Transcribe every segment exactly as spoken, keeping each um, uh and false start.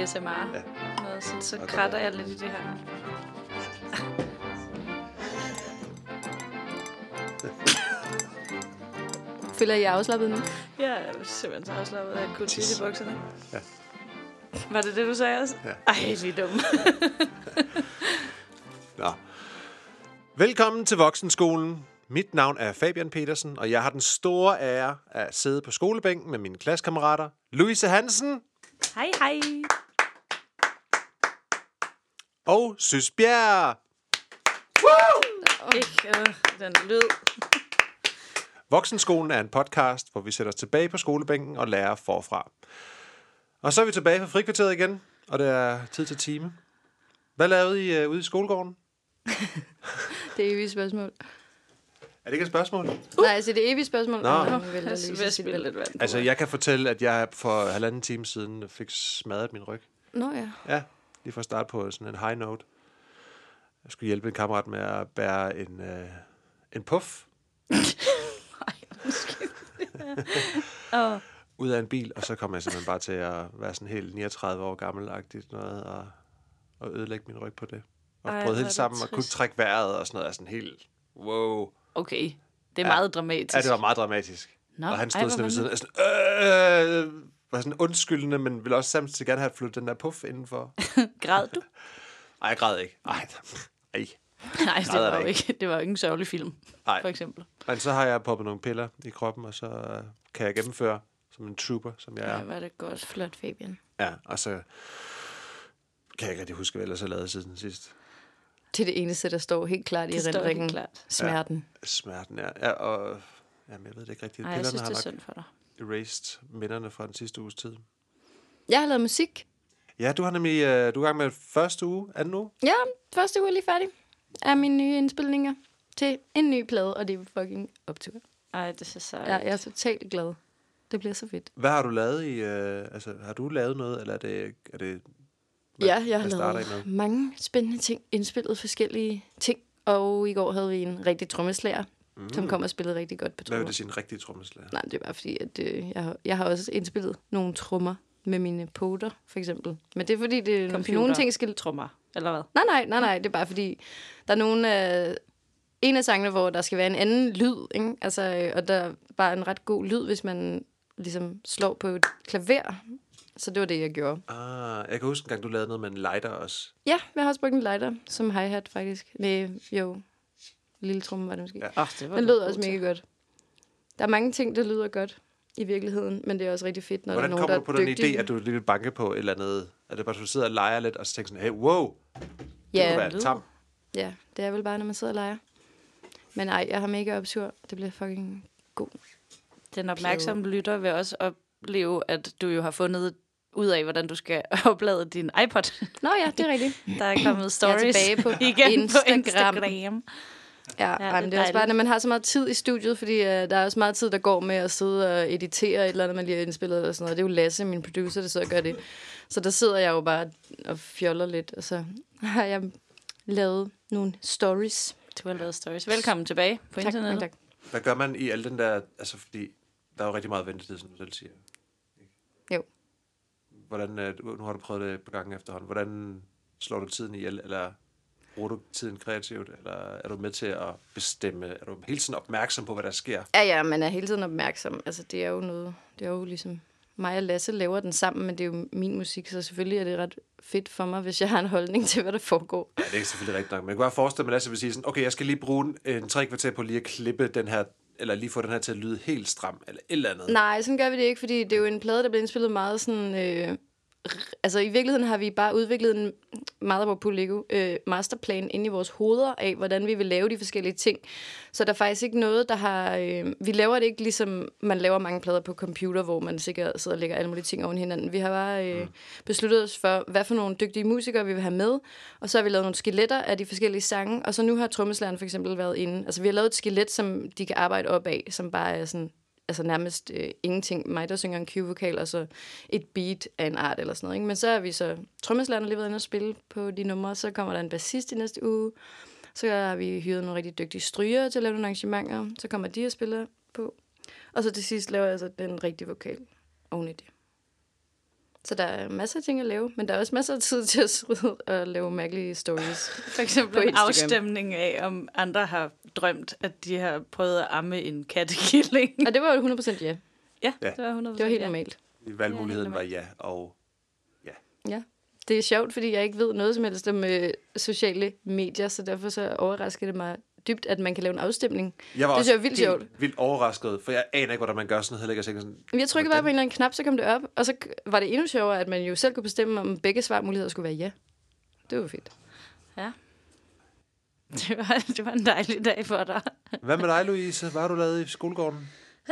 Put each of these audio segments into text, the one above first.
A S M R. Ja. Noget, så så kratter jeg lidt i det her. Føler I afslappet nu? Ja, jeg er simpelthen så afslappet, at jeg kunne tisse i bukserne. Ja. Var det det, du sagde også? Ja. Ej, vi er dumme. Nå. Velkommen til Voksenskolen. Mit navn er Fabian Petersen, og jeg har den store ære at sidde på skolebænken med mine klassekammerater. Louise Hansen. Hej, hej. Og Søs Bjerg. Woo! Ikke øh, den lyd. Voksenskolen er en podcast, hvor vi sætter os tilbage på skolebænken og lærer forfra. Og så er vi tilbage på frikvarteret igen, og det er tid til time. Hvad lavede I uh, ude i skolegården? Det er evigt spørgsmål. Er det ikke et spørgsmål? Uh. Nej, altså det er evigt spørgsmål. Nå. Jeg vil spille lidt vand. Altså, jeg kan fortælle, at jeg for halvanden time siden fik smadret min ryg. Nå ja. Ja, lige for at starte på sådan en high note. Jeg skulle hjælpe en kammerat med at bære en, øh, en puff. Nej, undskyld. oh. Ud af en bil, og så kom jeg simpelthen bare til at være sådan helt niogtredive år gammel-agtigt noget, og, og ødelægge min ryg på det. Og Ej, brød helt sammen og kunne trække vejret og sådan noget. Sådan helt, wow. Okay, det er ja. meget dramatisk. Ja, det var meget dramatisk. Nå, og han stod ej, sådan ved siden af sådan, øh, var sådan undskyldende, men ville også samtidig gerne have flyttet den der puff indenfor. Græd du? Nej, jeg græd ikke. Ej, ej. Nej, det var, jo ikke, det var jo ikke en sørgelig film, Ej. for eksempel. Men så har jeg poppet nogle piller i kroppen, og så uh, kan jeg gennemføre som en trooper, som jeg er. Ja, var det godt. Flot, Fabian. Ja, og så kan jeg ikke rigtig huske, hvad ellers jeg lavede siden sidst. Det er det eneste, der står helt klart det i rendringen. Smerten. Ja, smerten, ja. ja og, jamen, jeg ved det ikke rigtigt. Ej, jeg synes, det er synd for dig. Erased minderne fra den sidste uges tid. Jeg har lavet musik. Ja, du har nemlig, uh, du er i gang med første uge, anden uge. Ja, første uge er lige færdig. Er mine nye indspilninger til en ny plade, og det er fucking optur. Ej, det er så sejt. Ja, jeg er totalt glad. Det bliver så fedt. Hvad har du lavet i, uh, altså har du lavet noget, eller er det, er det hvad, ja, jeg har lavet mange spændende ting, indspillet forskellige ting, og i går havde vi en rigtig trommeslager, mm. som kom og spillede rigtig godt på trommer. Hvad vil det sige, en rigtig trommeslager? Nej, det er bare fordi, at øh, jeg, har, jeg har også indspillet nogle trommer med mine poter, for eksempel. Men det er fordi, det er nogle ting skal... trommer, eller hvad? Nej, nej, nej, nej, det er bare fordi, der er nogle af... Øh, en af sangene, hvor der skal være en anden lyd, ikke? Altså, øh, og der er bare en ret god lyd, hvis man ligesom slår på et klaver. Så det var det, jeg gjorde. Ah, jeg kan huske en gang, du lavede noget med en lighter også. Ja, jeg har også brugt en lighter som hi-hat, faktisk. Nej, jo. Lille tromme var det måske. Ja. Oh, det var den lød også mega godt. Der er mange ting, der lyder godt i virkeligheden, men det er også rigtig fedt, når Hvordan der er nogen, der er kommer du på dygtige. den idé, at du lige vil banke på et eller andet? Er det bare, at du sidder og leger lidt, og så tænker sådan, hey, wow, det ja, må være tam. Ja, det er vel bare, når man sidder og leger. Men ej, jeg har mega optur. Det bliver fucking god. Den opmærksomme lytter vil også opleve, at du jo har fundet ud af, hvordan du skal oplade din iPod. Nå ja, det er rigtigt. Der er kommet stories jeg er tilbage på igen Instagram. på Instagram. Ja, ja, ej, det, det er også bare, når man har så meget tid i studiet, fordi uh, der er også meget tid, der går med at sidde og editere et eller andet, man lige har indspillet eller sådan noget. Det er jo Lasse, min producer, der sidder og gør det. Så der sidder jeg jo bare og fjoller lidt, og så har jeg lavet nogle stories. Du har lavet stories. Velkommen tilbage på tak, internettet. Tak. Hvad gør man i al den der, altså fordi der er jo rigtig meget ventetid, som du selv siger. Jo. Hvordan, nu har du prøvet det på gangen efterhånden, hvordan slår du tiden ihjel, eller bruger du tiden kreativt, eller er du med til at bestemme, er du hele tiden opmærksom på, hvad der sker? Ja, ja, man er hele tiden opmærksom. Altså, det er jo noget, det er jo ligesom, mig og Lasse laver den sammen, men det er jo min musik, så selvfølgelig er det ret fedt for mig, hvis jeg har en holdning til, hvad der foregår. Ja, det er selvfølgelig rigtigt nok, men jeg kan bare forestille mig, at Lasse vil sige sådan, okay, jeg skal lige bruge en, en tre kvarter på lige at klippe den her, eller lige få den her til at lyde helt stram, eller et eller andet. Nej, sådan gør vi det ikke, fordi det er jo en plade, der bliver indspillet meget sådan... Øh, altså i virkeligheden har vi bare udviklet en meget på Lego øh, masterplan inde i vores hoveder af, hvordan vi vil lave de forskellige ting. Så der er faktisk ikke noget, der har... Øh, vi laver det ikke ligesom man laver mange plader på computer, hvor man sikkert sidder og lægger alle mulige ting oven hinanden. Vi har bare øh, mm. besluttet os for, hvad for nogle dygtige musikere vi vil have med, og så har vi lavet nogle skeletter af de forskellige sange, og så nu har trommeslageren for eksempel været inde. Altså vi har lavet et skelet, som de kan arbejde op af, som bare er sådan... altså nærmest øh, ingenting. Mig, der synger en Q-vokal, og så et beat af en art eller sådan noget. Ikke? Men så er vi så trommeslagerne lige været inde og spille på de numre, så kommer der en bassist i næste uge, så har vi hyret nogle rigtig dygtige strygere til at lave nogle arrangementer, så kommer de og spiller på, og så til sidst laver jeg så den rigtige vokal oven i det. Så der er masser af ting at lave, men der er også masser af tid til at sidde og lave mærkelige stories. For eksempel en afstemning af, om andre har drømt, at de har prøvet at amme en kattekilling. Og det var jo hundrede procent ja. Ja, Ja. det var hundrede procent Det var helt ja. normalt. Valgmuligheden var ja, og Ja. Det er sjovt, fordi jeg ikke ved noget som helst om øh, sociale medier, så derfor så overrasker det mig dybt, at man kan lave en afstemning. jeg var Det også synes jeg er vildt sjovt. vildt overrasket, for jeg aner ikke, hvordan man gør sådan noget. Heller ikke. Jeg tænker sådan, Jeg trykkede bare på en eller anden knap, så kom det op, og så var det endnu sjovere, at man jo selv kunne bestemme, om begge svarmuligheder skulle være ja. Det var fedt. Ja. Det var, det var en dejlig dag for dig. Hvad med dig, Louise? Hvad har du lavet i skolegården?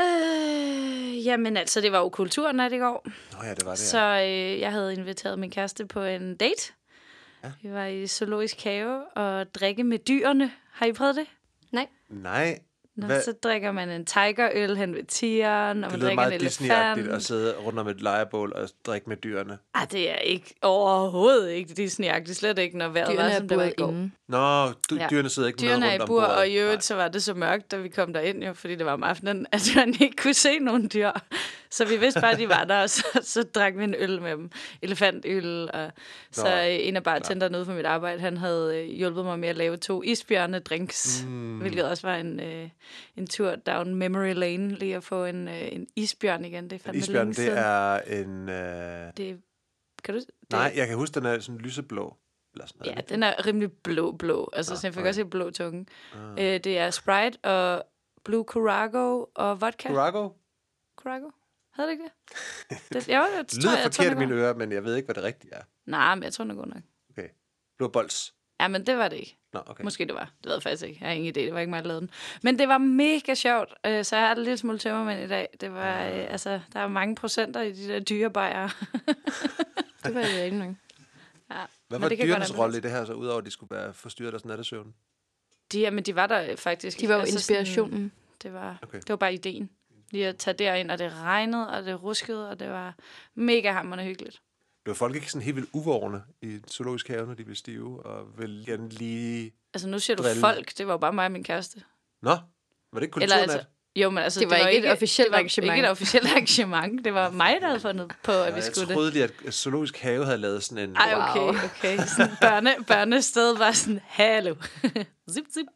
Øh, jamen altså, det var jo kulturnat i går. Nå ja, det var det, ja. Så øh, jeg havde inviteret min kæreste på en date. Ja. Vi var i zoologisk have og drikke med dyrene. Har I prøvet det? Nej. Nej. Nå, Hvad? så drikker man en tigerøl hen ved tigeren, og Det man lyder drikker en meget Disney-agtigt elefant. at sidde rundt om et lejrebål og drikke med dyrene. Ej, det er ikke overhovedet ikke Disney-agtigt. Slet ikke, når vejret Dyrene var, er som det var i buret går. inde. Nå, du, Ja. dyrene sidder ikke Dyrene med er rundt i om bur, bordet. og i øvrigt Nej. så var det så mørkt, da vi kom derind, jo, fordi det var om aftenen, at man ikke kunne se nogen dyr. Så vi vidste bare, at de var der, og så, så drak vi en øl med dem. Elefantøl. Og så Nå, øh, en af bartenderne ude for mit arbejde, han havde øh, hjulpet mig med at lave to isbjørne-drinks, mm. hvilket også var en, øh, en tur down memory lane, lige at få en, øh, en isbjørn igen. Det er En fandme isbjørn, længe det siden. er en... Øh... Det, kan du, det, Nej, jeg kan huske, den er sådan lyseblå. Eller sådan noget. Ja, den er rimelig blå-blå. Altså, Nå, så jeg fik okay. også et blå tunge. Ah. Øh, det er Sprite og Blue Curago og vodka. Curago? Curago? Havde det ikke det? det jeg, jeg, Det lyder forkert i mine ører, men jeg ved ikke, hvad det rigtige er. Nej, men jeg tror, den er god nok. Okay. Blå bols. Ja, men det var det ikke. Nå, okay. Måske det var. Det ved jeg faktisk ikke. Jeg har ingen idé. Det var ikke mig, der lavede den. Men det var mega sjovt. øh, Så jeg har det lidt smule tømmermænd i dag. Det var, øh, altså, der er mange procenter i de der dyrebajere. Det var det ikke nok. Ja. Hvad Men var det kan dyrenes godt rolle i det her, så udover at de skulle være forstyrret af deres nattesøvn? De, ja, men de var der faktisk. De var jo altså, inspirationen. Sådan, det, var, Okay. det var bare ideen. Lige at tage derind, og det regnede, og det ruskede, og det var mega hammerende hyggeligt. Blev folk ikke sådan helt vildt uvågne i en zoologisk have, når de blev stive, og ville gerne lige... Altså, nu siger du Drille. folk. Det var jo bare mig og min kæreste. Nå, var det ikke Eller kulturnat? altså, jo, men altså, Det var jo ikke et officielt det var arrangement. ikke et officielt arrangement. Det var mig, der havde fundet på, at Nå, vi jeg skulle det. troede lige, at zoologisk have havde lavet sådan en... Ej, okay, Wow. okay. Sådan børne, børnested var sådan, hallo. Zip, zip.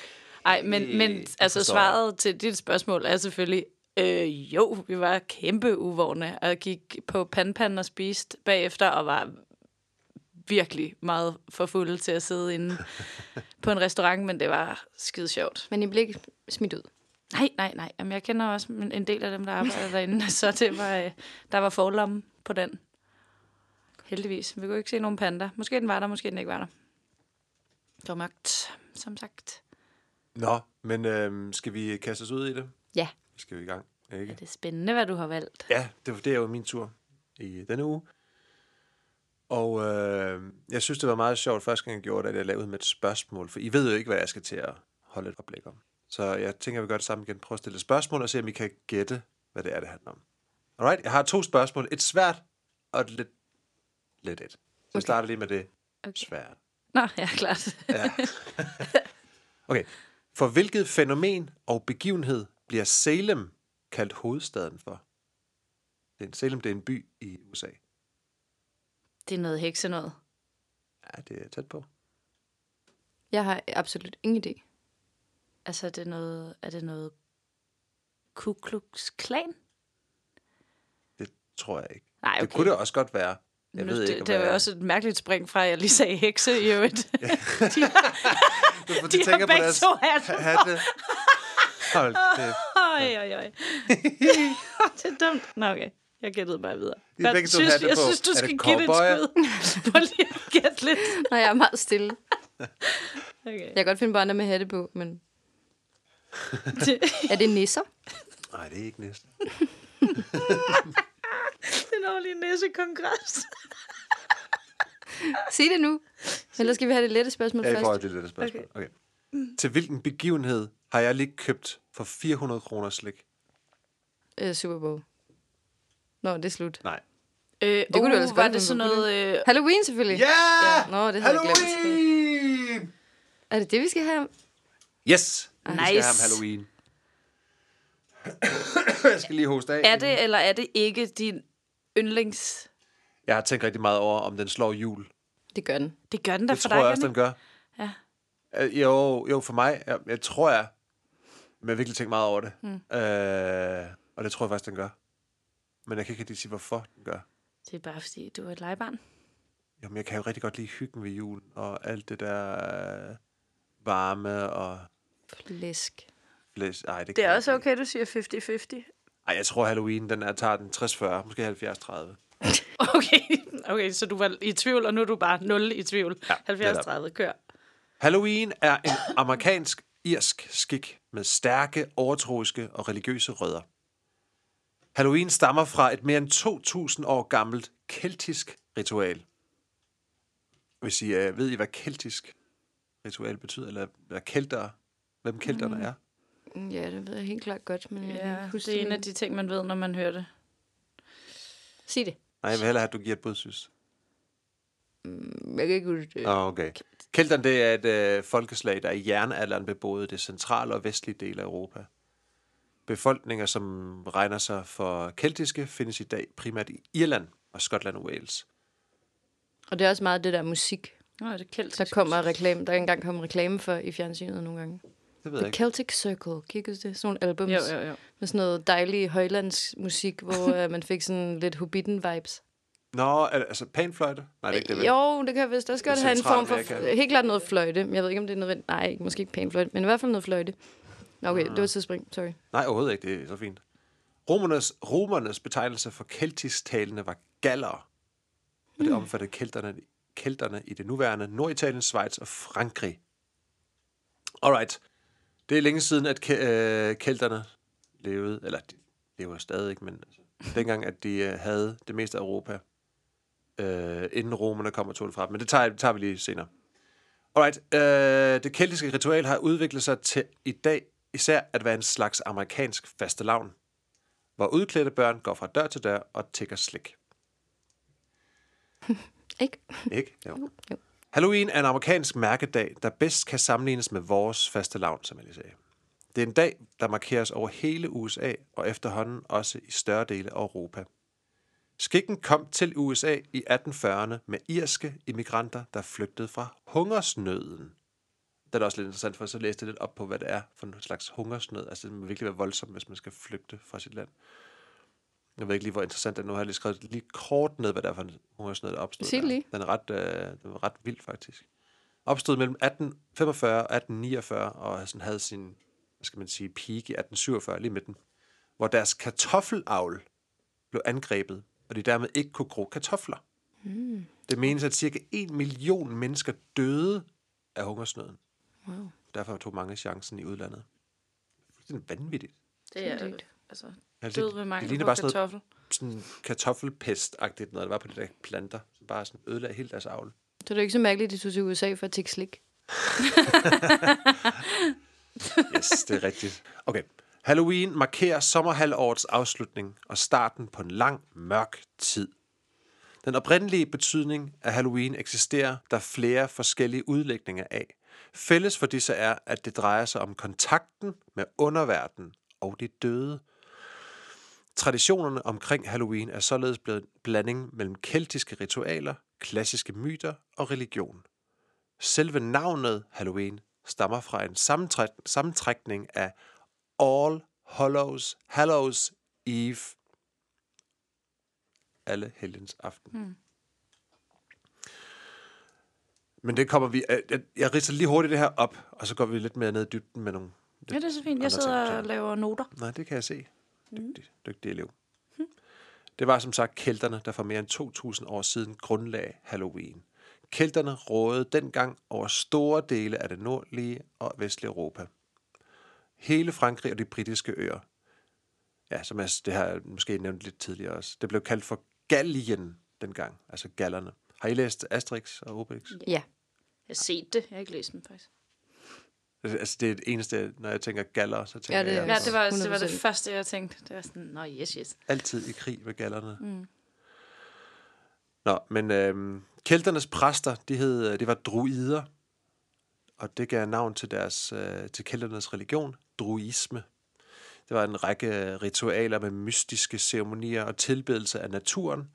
Ej, men, men Jeg altså forstår. svaret til dit spørgsmål er selvfølgelig, øh, jo, vi var kæmpe uvågne og gik på Pan-Pan og spiste bagefter og var virkelig meget for fulde til at sidde inde på en restaurant, men det var skide sjovt. Men I blev ikke smidt ud. Nej, nej, nej. Jamen, jeg kender også en del af dem, der arbejder derinde, så det var, øh, der var forlomme på den. Heldigvis. Vi kunne ikke se nogen panda. Måske den var der, måske den ikke var der. Det var mørkt, som sagt. Nå, men øhm, skal vi kaste os ud i det? Ja. Skal vi i gang? Ikke? Er det spændende, hvad du har valgt? Ja, det, det er jo min tur i denne uge. Og øh, jeg synes, det var meget sjovt første gang, jeg gjorde det, at jeg lavede med et spørgsmål. For I ved jo ikke, hvad jeg skal til at holde et oplæg om. Så jeg tænker, at vi gør det samme igen. Prøv at stille et spørgsmål og se, om I kan gætte, hvad det er, det handler om. Alright, jeg har to spørgsmål. Et svært og et lidt lidt et. Så jeg Okay. starter lige med det Okay. svære. Nå, ja, klart. Ja. Okay. For hvilket fænomen og begivenhed bliver Salem kaldt hovedstaden for? Det er en, Salem, det er en by i U S A. Det er noget hekse noget. Ja, det er tæt på. Jeg har absolut ingen idé. Altså, er det noget, er det noget Ku Klux Klan? Det tror jeg ikke. Nej, okay. Det kunne det også godt være. Jeg Nu, ved det, ikke, det er jo også et mærkeligt spring fra, at jeg lige sagde hekse i øvrigt. de, de har begge to hatte. hatte. Hold det. Øj, øj, øj. Det er dumt. Nå, okay. Jeg gættede bare videre. De har begge to synes, hatte jeg på. synes, du Er det skal give det et cowboyer? skud. Prøv lige at gætte lidt. Nej, jeg er meget stille. Okay. Jeg kan godt finde på andre med hatte på, men... Det, Er det nisser? Nej, det er ikke næsten. det er en ordentlig næsekongres. Sig det nu. Ellers skal vi have det lette spørgsmål Ja, i først. forhold til det der spørgsmål. Okay. Okay. Til hvilken begivenhed har jeg lige købt for fire hundrede kroner slik? Øh, Super Bowl. Nå, det er slut. Nej. Øh, Det kunne uh, du ellers var godt det finde sådan på, noget... Øh, Halloween selvfølgelig. Ja! Nå, det havde jeg glemt. Halloween! Er det det, vi skal have? Yes! Vi skal Nice. have Halloween. Jeg skal lige hoste af. er det, eller er det ikke din yndlings Jeg har tænkt rigtig meget over, om den slår jul. Det gør den. Det gør den da Det for tror dig, jeg også, Jannik. den gør. Ja. Øh, Jo, jo, for mig, jeg, jeg tror jeg, men jeg har virkelig tænkt meget over det. Mm. Øh, og det tror jeg faktisk, den gør. Men jeg kan ikke rigtig sige, hvorfor den gør. Det er bare fordi, du er et legebarn. Jamen, jeg kan jo rigtig godt lide hyggen ved julen, og alt det der øh, varme og Flæsk. flæs. Ej, det, Det kan er jeg også ikke. okay, du siger halvtreds halvtreds. Ej, jeg tror Halloween, den er, tager den tres fyrre, måske halvfjerds tredive. Okay. okay, så du var i tvivl, og nu er du bare nul i tvivl. Ja, halvfjerds netop. tredive, kør. Halloween er en amerikansk-irsk skik med stærke, overtroiske og religiøse rødder. Halloween stammer fra et mere end to tusind år gammelt keltisk ritual. Hvis I uh, ved I, hvad keltisk ritual betyder, eller hvad kelter, hvem kelterne mm. er? Ja, det ved jeg helt klart godt, men jeg kan Ja, ikke huske det er en det. af de ting, man ved, når man hører det. Sig det. Nej, jeg vil hellere have, at du giver et bud, synes. Jeg kan ikke huske det. Oh, okay. Kelterne, det er et øh, folkeslag, der i jernalderen beboede det centrale og vestlige del af Europa. Befolkninger, som regner sig for keltiske, findes i dag primært i Irland og Skotland og Wales. Og det er også meget det der musik, Nå, det er keltisk. der kommer reklame. Der er engang kommet reklame for i fjernsynet nogle gange. Det ved jeg The ikke. Celtic Circle, kan I ikke huske det? Sådan nogle albums Jo, jo, jo. med sådan noget dejlig højlands musik, hvor uh, man fik sådan lidt Hobbiten-vibes. Nå, altså panfløjte? Nej, det er ikke det, vel? Jo, det kan vist også godt Det er have en form for... Centralamerika. Helt klart noget fløjte. Jeg ved ikke, om det er nødvendigt. Nej, ikke, måske ikke panfløjte, men i hvert fald noget fløjte. Nå, Okay, det var et tidsspring. Sorry. Nej, overhovedet ikke. Det er så fint. Romernes, romernes betegnelse for keltisk-talende var gallere, og det omfattede kelterne, kelterne i det nuværende Norditalien, Schweiz og Frankrig. Alright. Det er længe siden, at ke- øh, kelterne levede, eller de lever stadig ikke, men altså, dengang, at de øh, havde det meste af Europa, øh, inden romerne kom og tog det fra dem. Men det tager, det tager vi lige senere. Alright. Øh, det keltiske ritual har udviklet sig til i dag især at være en slags amerikansk fastelavn, hvor udklædte børn går fra dør til dør og tigger slik. Ikke? Ikke? Jo. Jo. Halloween er en amerikansk mærkedag, der bedst kan sammenlignes med vores fastelavn, som jeg lige sagde. Det er en dag, der markeres over hele U S A og efterhånden også i større dele af Europa. Skikken kom til U S A i atten fyrrerne med irske immigranter, der flygtede fra hungersnøden. Det er også lidt interessant, for så læste jeg lidt op på, hvad det er for en slags hungersnød. Altså, det må virkelig være voldsomt, hvis man skal flygte fra sit land. Jeg ved ikke lige, hvor interessant det er. Nu har jeg lige skrevet lige kort ned, hvad det er for en hungersnød, der opstod. Sig det lige. Den er ret, øh, den er ret vild, faktisk. Opstod mellem atten femogfyrre og atten niogfyrre, og sådan havde sin, hvad skal man sige, peak i atten syvogfyrre, lige midten, hvor deres kartoffelavl blev angrebet, og de dermed ikke kunne gro kartofler. Mm. Det menes, at cirka en million mennesker døde af hungersnøden. Wow. Derfor tog mange chancen i udlandet. Det er vanvittigt. Det er Sygt. altså Altså, død det- ved det mangel ligner på bare sådan noget- kartoffel. Sådan kartoffelpest-agtigt noget, der var på de der planter, som bare sådan ødelagde hele deres avl. Så det er jo ikke så mærkeligt, at de tog til U S A for at tigge slik. Yes, det er rigtigt. Okay. Halloween markerer sommerhalvårets afslutning og starten på en lang, mørk tid. Den oprindelige betydning af Halloween eksisterer der flere forskellige udlægninger af. Fælles for disse er, at det drejer sig om kontakten med underverdenen og de døde. Traditionerne omkring Halloween er således blevet en blanding mellem keltiske ritualer, klassiske myter og religion. Selve navnet Halloween stammer fra en sammentræk- sammentrækning af All Hallows, Hallows Eve, alle helgens aften. Hmm. Men det kommer vi... Jeg, jeg ridser lige hurtigt det her op, og så går vi lidt mere ned i dybden med nogle... Ja, det er så fint. andre Jeg sidder ting. og laver noter. Nej, det kan jeg se. Dygtig, dygtig elev. Det var som sagt kelterne, der for mere end to tusind år siden grundlagde Halloween. Kelterne rådede dengang over store dele af det nordlige og vestlige Europa. Hele Frankrig og de britiske øer. Ja, som jeg, det har jeg måske nævnt lidt tidligere også. Det blev kaldt for Gallien dengang, altså gallerne. Har I læst Asterix og Obelix? Ja. Jeg har set det. Jeg har ikke læst dem, faktisk. Altså, det er det eneste, når jeg tænker galler, så tænker Ja, det er jeg Ja, på det var, det var det hundrede procent. første, jeg tænkte. Det var sådan, nå, yes, yes. altid i krig med gallerne. Mm. Nå, men øhm, kelternes præster, de, hed, de var druider, og det gav navn til, deres, øh, til kelternes religion, druisme. Det var en række ritualer med mystiske ceremonier og tilbedelse af naturen,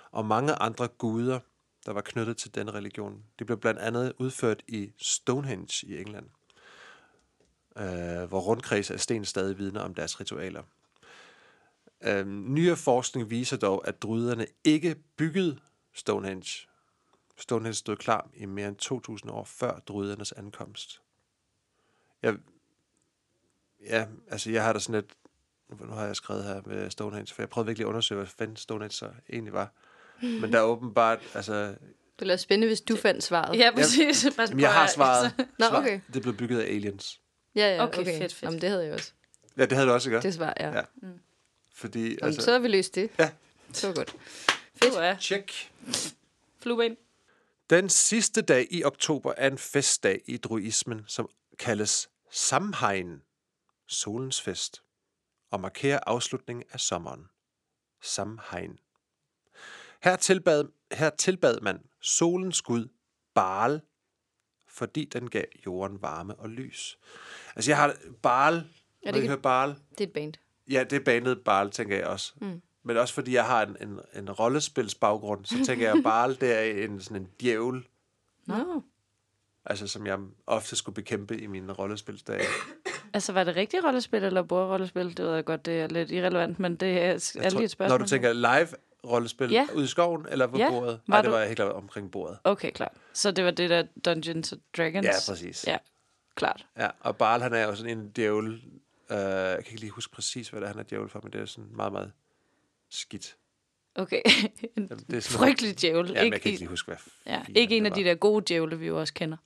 og mange andre guder, der var knyttet til denne religion. Det blev blandt andet udført i Stonehenge i England, øh, hvor rundkreds af sten stadig vidner om deres ritualer. Øh, nyere forskning viser dog, at druiderne ikke byggede Stonehenge. Stonehenge stod klar i mere end to tusind år før druidernes ankomst. Jeg, ja, altså jeg har da sådan lidt, nu har jeg skrevet her med Stonehenge, for jeg prøvede virkelig at undersøge, hvad fanden Stonehenge så egentlig var. Men der er åbenbart, altså... Det ville være spændende, hvis du fandt svaret. Ja, præcis. Ja, men jeg har svaret. Nå, okay. Det blev bygget af aliens. Ja, ja, okay. okay. Fedt, fedt. Jamen, det havde jeg også. Ja, det havde du også, ikke? Det svar, ja. Ja. Mm. Fordi, Jamen, altså... så har vi løst det. Ja. Så var godt. Fedt. Ja. Check. Flueben. Den sidste dag i oktober er en festdag i druismen, som kaldes Samhain, solens fest, og markerer afslutningen af sommeren. Samhain. Her tilbad, her tilbad man solens gud Baal, fordi den gav jorden varme og lys. Altså jeg har Baal, det når jeg ikke- hører Baal, Det er et band. ja, det er bandet Baal, tænker jeg også. Mm. Men også fordi jeg har en, en, en rollespilsbaggrund, så tænker jeg, at Baal, det er en, sådan en djævel, Nå. altså som jeg ofte skulle bekæmpe i mine rollespilsdage. Altså, var det rigtigt rollespil eller bordrollespil? Det ved jeg godt, det er lidt irrelevant, men det er, er Jeg tror, lige et spørgsmål. når du tænker live rollespil Ja. ude i skoven, eller på Ja. bordet? Var Nej, det du- var helt klart omkring bordet. Okay, klart. Så det var det der Dungeons and Dragons? Ja, præcis. Ja, klart. Ja, og Baal, han er jo sådan en djævel. Uh, jeg kan ikke lige huske præcis, hvad det er, han er djævel for, men det er sådan meget, meget skidt. Okay. en Jamen, det er sådan frygtelig djævel. Ja, men jeg kan ikke, ikke lige huske, hvad ja, filen ikke en det af de var. der gode djævle, vi jo også kender.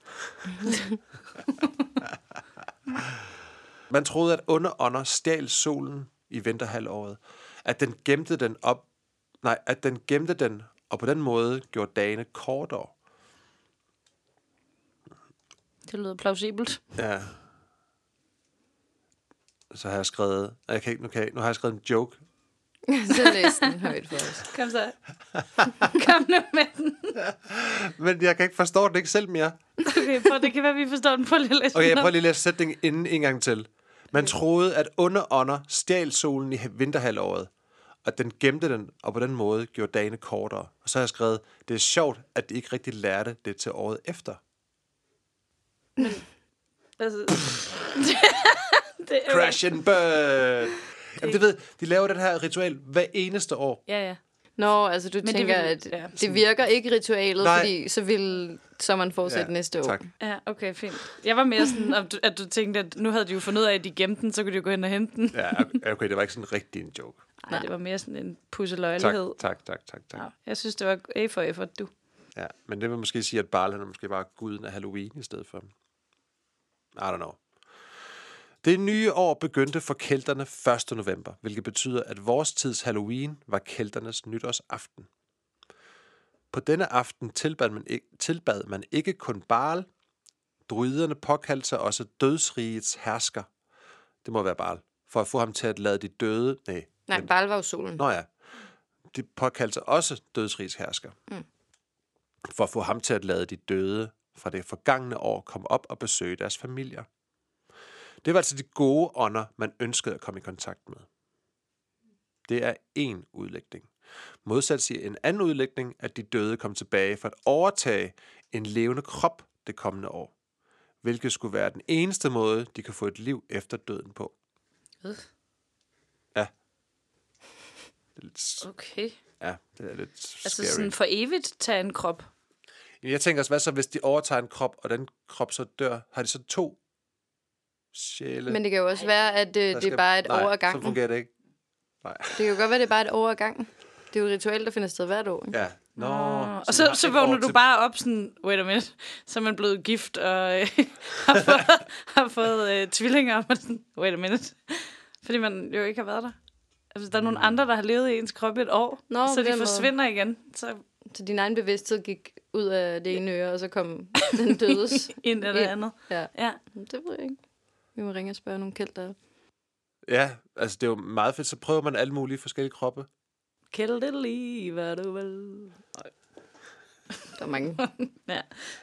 Man troede, at underånder stjal solen i vinterhalvåret. At den gemte den op... Nej, at den gemte den, og på den måde gjorde dagene kortere. Det lyder plausibelt. Ja. Så har jeg skrevet... Jeg kan ikke, nu, kan jeg, nu har jeg skrevet en joke. Så læs den højt for os. Kom så. Kom nu med den. Men jeg kan ikke forstå den ikke selv mere. Okay, prøv, det kan være, vi forstår den på lidt læse. Okay, jeg prøver lige at læse sætningen inden en gang til. Man troede, at underånder stjal solen i vinterhalvåret, og den gemte den, og på den måde gjorde dagene kortere. Og så har jeg skrevet, det er sjovt, at de ikke rigtig lærte det til året efter. Altså, det er jo- Crash and burn! Jamen, det ved, de laver den her ritual hver eneste år. Ja, ja. Nå, altså du det tænker, vil- at ja. det virker ikke ritualet, Nej. fordi så vil sommeren fortsætte Ja, næste år. tak. Ja, okay, fint. Jeg var mere sådan, at du, at du tænkte, at nu havde de jo fundet ud af, at de gemte den, så kunne de jo gå hen og hente den. Ja, okay, det var ikke sådan rigtig en joke. Nej, det var mere sådan en Tak, pusseløjelighed. tak, tak, tak, tak. Ja, jeg synes, det var A for effort, du. Ja, men det vil måske sige, at Baal han er måske bare guden af Halloween i stedet for. I don't know. Det nye år begyndte for kelterne første november, hvilket betyder, at vores tids Halloween var kelternes nytårsaften. På denne aften tilbad man ikke, tilbad man ikke kun Baal. Druiderne påkaldte sig også dødsrigets hersker. Det må være Baal. For at få ham til at lade de døde... Nej, Nej, men- Baal var jo solen. Nå ja. De påkaldte sig også dødsrigets hersker. Mm. For at få ham til at lade de døde fra det forgangne år komme op og besøge deres familier. Det var altså de gode ånder, man ønskede at komme i kontakt med. Det er en udlægning. Modsat siger en anden udlægning, at de døde kom tilbage for at overtage en levende krop det kommende år. Hvilket skulle være den eneste måde, de kan få et liv efter døden på. Øh. Ja. Det er lidt, Okay. ja, det er lidt scary. Altså sådan for evigt tage en krop. Jeg tænker også, hvad så, hvis de overtager en krop, og den krop så dør? Har de så to sjæle? Men det kan jo også være, at øh, der det er skal- bare et Nej, år ad så gangen. fungerer det ikke. Nej. Det kan jo godt være, det er bare et år ad gangen. Det er jo et ritual, der finder sted hvert år. Ikke? Ja. Nå, Oh, og de så, har så et vågner år du til- bare op sådan, wait a minute, så er man blevet gift og øh, har fået, har fået øh, tvillinger, og man er sådan, wait a minute, fordi man jo ikke har været der. Altså, der er nogle andre, der har levet i ens krop et år, Nå, så på de den måde. forsvinder igen, så Så din egen bevidsthed gik ud af det ene øre, og så kom den dødes. ind eller det Ind. andet. Ja, Ja. det ved jeg ikke. Vi må ringe og spørge nogle kælder. Ja, altså det er jo meget fedt. Så prøver man alle mulige forskellige kroppe. Kæld det lige, hvad du vil. Der er mange. Ja.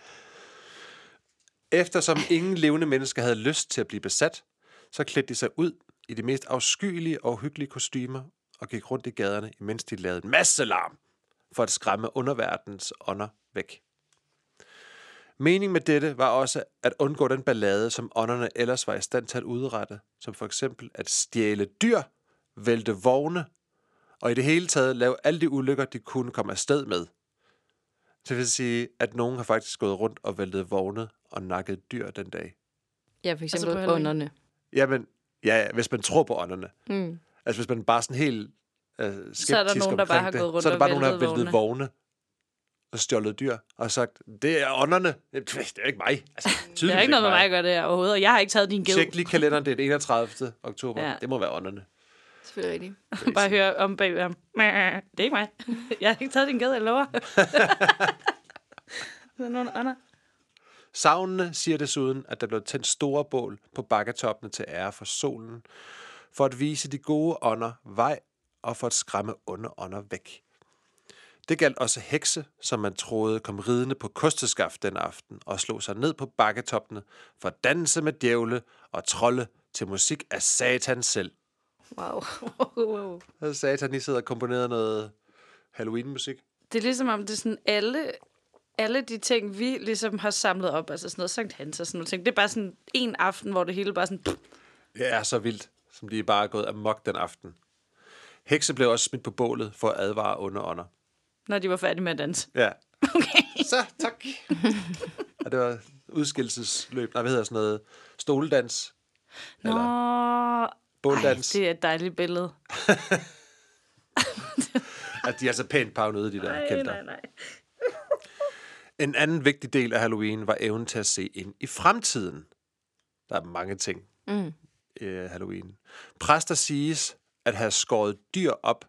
Eftersom ingen levende mennesker havde lyst til at blive besat, så klædte de sig ud i de mest afskyelige og hyggelige kostymer og gik rundt i gaderne, imens de lavede en masse larm. for at skræmme underverdens ånder væk. Meningen med dette var også at undgå den ballade, som ånderne ellers var i stand til at udrette, som for eksempel at stjæle dyr, vælte vogne, og i det hele taget lave alle de ulykker, de kunne komme afsted med. Det vil sige, at nogen har faktisk gået rundt og væltet vogne og nakket dyr den dag. Ja, for eksempel Altså på altså ånderne. Jamen, ja, hvis man tror på ånderne. Mm. Altså hvis man bare sådan helt øh, skeptisk Så er der nogen, der bare har det, gået rundt så er der og bare nogen, der har væltet væltet vogne og stjålet dyr og sagt, det er ånderne. Det er ikke mig. Altså, Det har ikke noget med mig at gøre det her overhovedet, og jeg har ikke taget din ged. Tjek lige kalenderen, det er den enogtredivte oktober. Ja. Det må være ånderne. Selvfølgelig rigtigt. Bare høre om bagved ham. Det er ikke mig. Jeg har ikke taget din ged, jeg lover. Det er nogle ånder. Savnene siger desuden, at der blev tændt store bål på bakketoppene til ære for solen, for at vise de gode ånder vej og for at skræmme onde ånder væk. Det galt også hekse, som man troede kom ridende på kosteskaft den aften og slog sig ned på bakketoppene for at danse med djævle og trolde til musik af Satan selv. Wow. Wow. Så Satan lige sidder og komponerer noget Halloween-musik. Det er ligesom om, det er sådan alle, alle de ting, vi ligesom har samlet op, altså sådan noget Sankt Hans og sådan noget ting. Det er bare sådan en aften, hvor det hele bare sådan... Det er så vildt, som de bare er gået amok den aften. Hekse blev også smidt på bålet for at advare onde ånder. Når de var færdige med at danse. Ja. Okay. Så, tak. Og det var udskillelsesløb. Nej, hvad hedder sådan noget? Stoledans. Nå, Eller båldans. Ej, det er et dejligt billede. At de er så pænt paranoide, de der Nej, kælder. nej, nej. En anden vigtig del af Halloween var evnen til at se ind i fremtiden. Der er mange ting Mm. i Halloween. Præster siges at have skåret dyr op,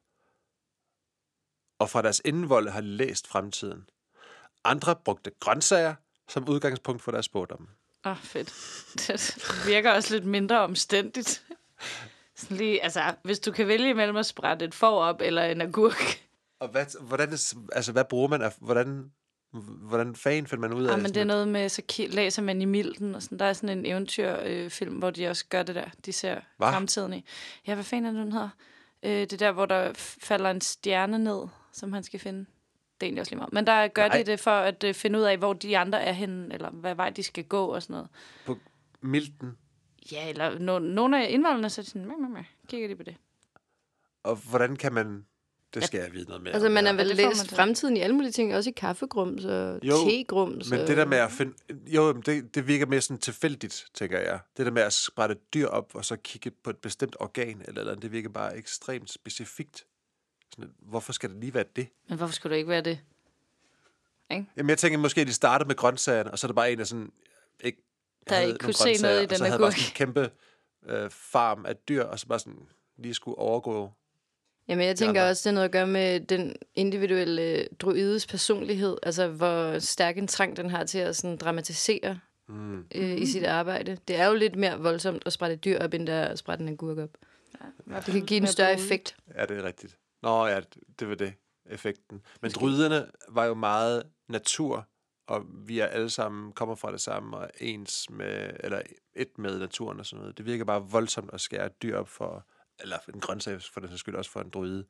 og fra deres indvolde har læst fremtiden. Andre brugte grøntsager som udgangspunkt for deres spådomme. Åh, oh, fedt. Det virker også lidt mindre omstændigt. Sådan lige, altså, hvis du kan vælge imellem at sprætte et får op eller en agurk. Og hvad, hvordan, altså, hvad bruger man af, hvordan, hvordan fanden finder man ud af Ja, men det er sådan noget med, så ki- læser man i milten, og sådan. Der er sådan en eventyrfilm, øh, film, hvor de også gør det der. De ser Hva? fremtiden i. Ja, hvad fanden er det, den hedder? Øh, det er der, hvor der f- falder en stjerne ned, som han skal finde. Det er egentlig også lige meget. Men der gør Nej. de det for at øh, finde ud af, hvor de andre er henne, eller hvad vej de skal gå og sådan noget. på milten? Ja, eller no- nogle af indvoldene, så er de sådan, mæ, mæ, mæ, kigger de på det. Og hvordan kan man... Det skal jeg vide noget mere Altså, om. man har Ja. vel Ja, det får man læst til. fremtiden i alle mulige ting, også i kaffegrums og Jo, tegrums. Men og... det der med at finde... Jo, men det, det virker mere sådan tilfældigt, tænker jeg. Det der med at sprætte dyr op, og så kigge på et bestemt organ, eller, eller andet, det virker bare ekstremt specifikt. Sådan, hvorfor skal det lige være det? Men hvorfor skulle det ikke være det? Jamen, jeg tænker måske, at de startede med grøntsagerne, og så er der bare en, der sådan... Ikke Der havde ikke nogen kunne se noget i grøntsager, og den så havde bare agurk. sådan en kæmpe øh, farm af dyr, og så bare sådan lige skulle overgå. Jamen, jeg tænker andre. også, det er noget at gøre med den individuelle druides personlighed. Altså, hvor stærk en trang den har til at sådan dramatisere Mm. øh, i sit arbejde. Det er jo lidt mere voldsomt at sprætte dyr op, end der at sprætte en agurk op. Ja, Det kan give en større effekt. Ja, det er rigtigt. Nå ja, det, det var det, effekten. Men dryderne var jo meget natur, og vi er alle sammen kommer fra det samme, og ens med, eller et med naturen og sådan noget. Det virker bare voldsomt at skære et dyr op for, eller en grøntsag for den sags skyld også for en dryde.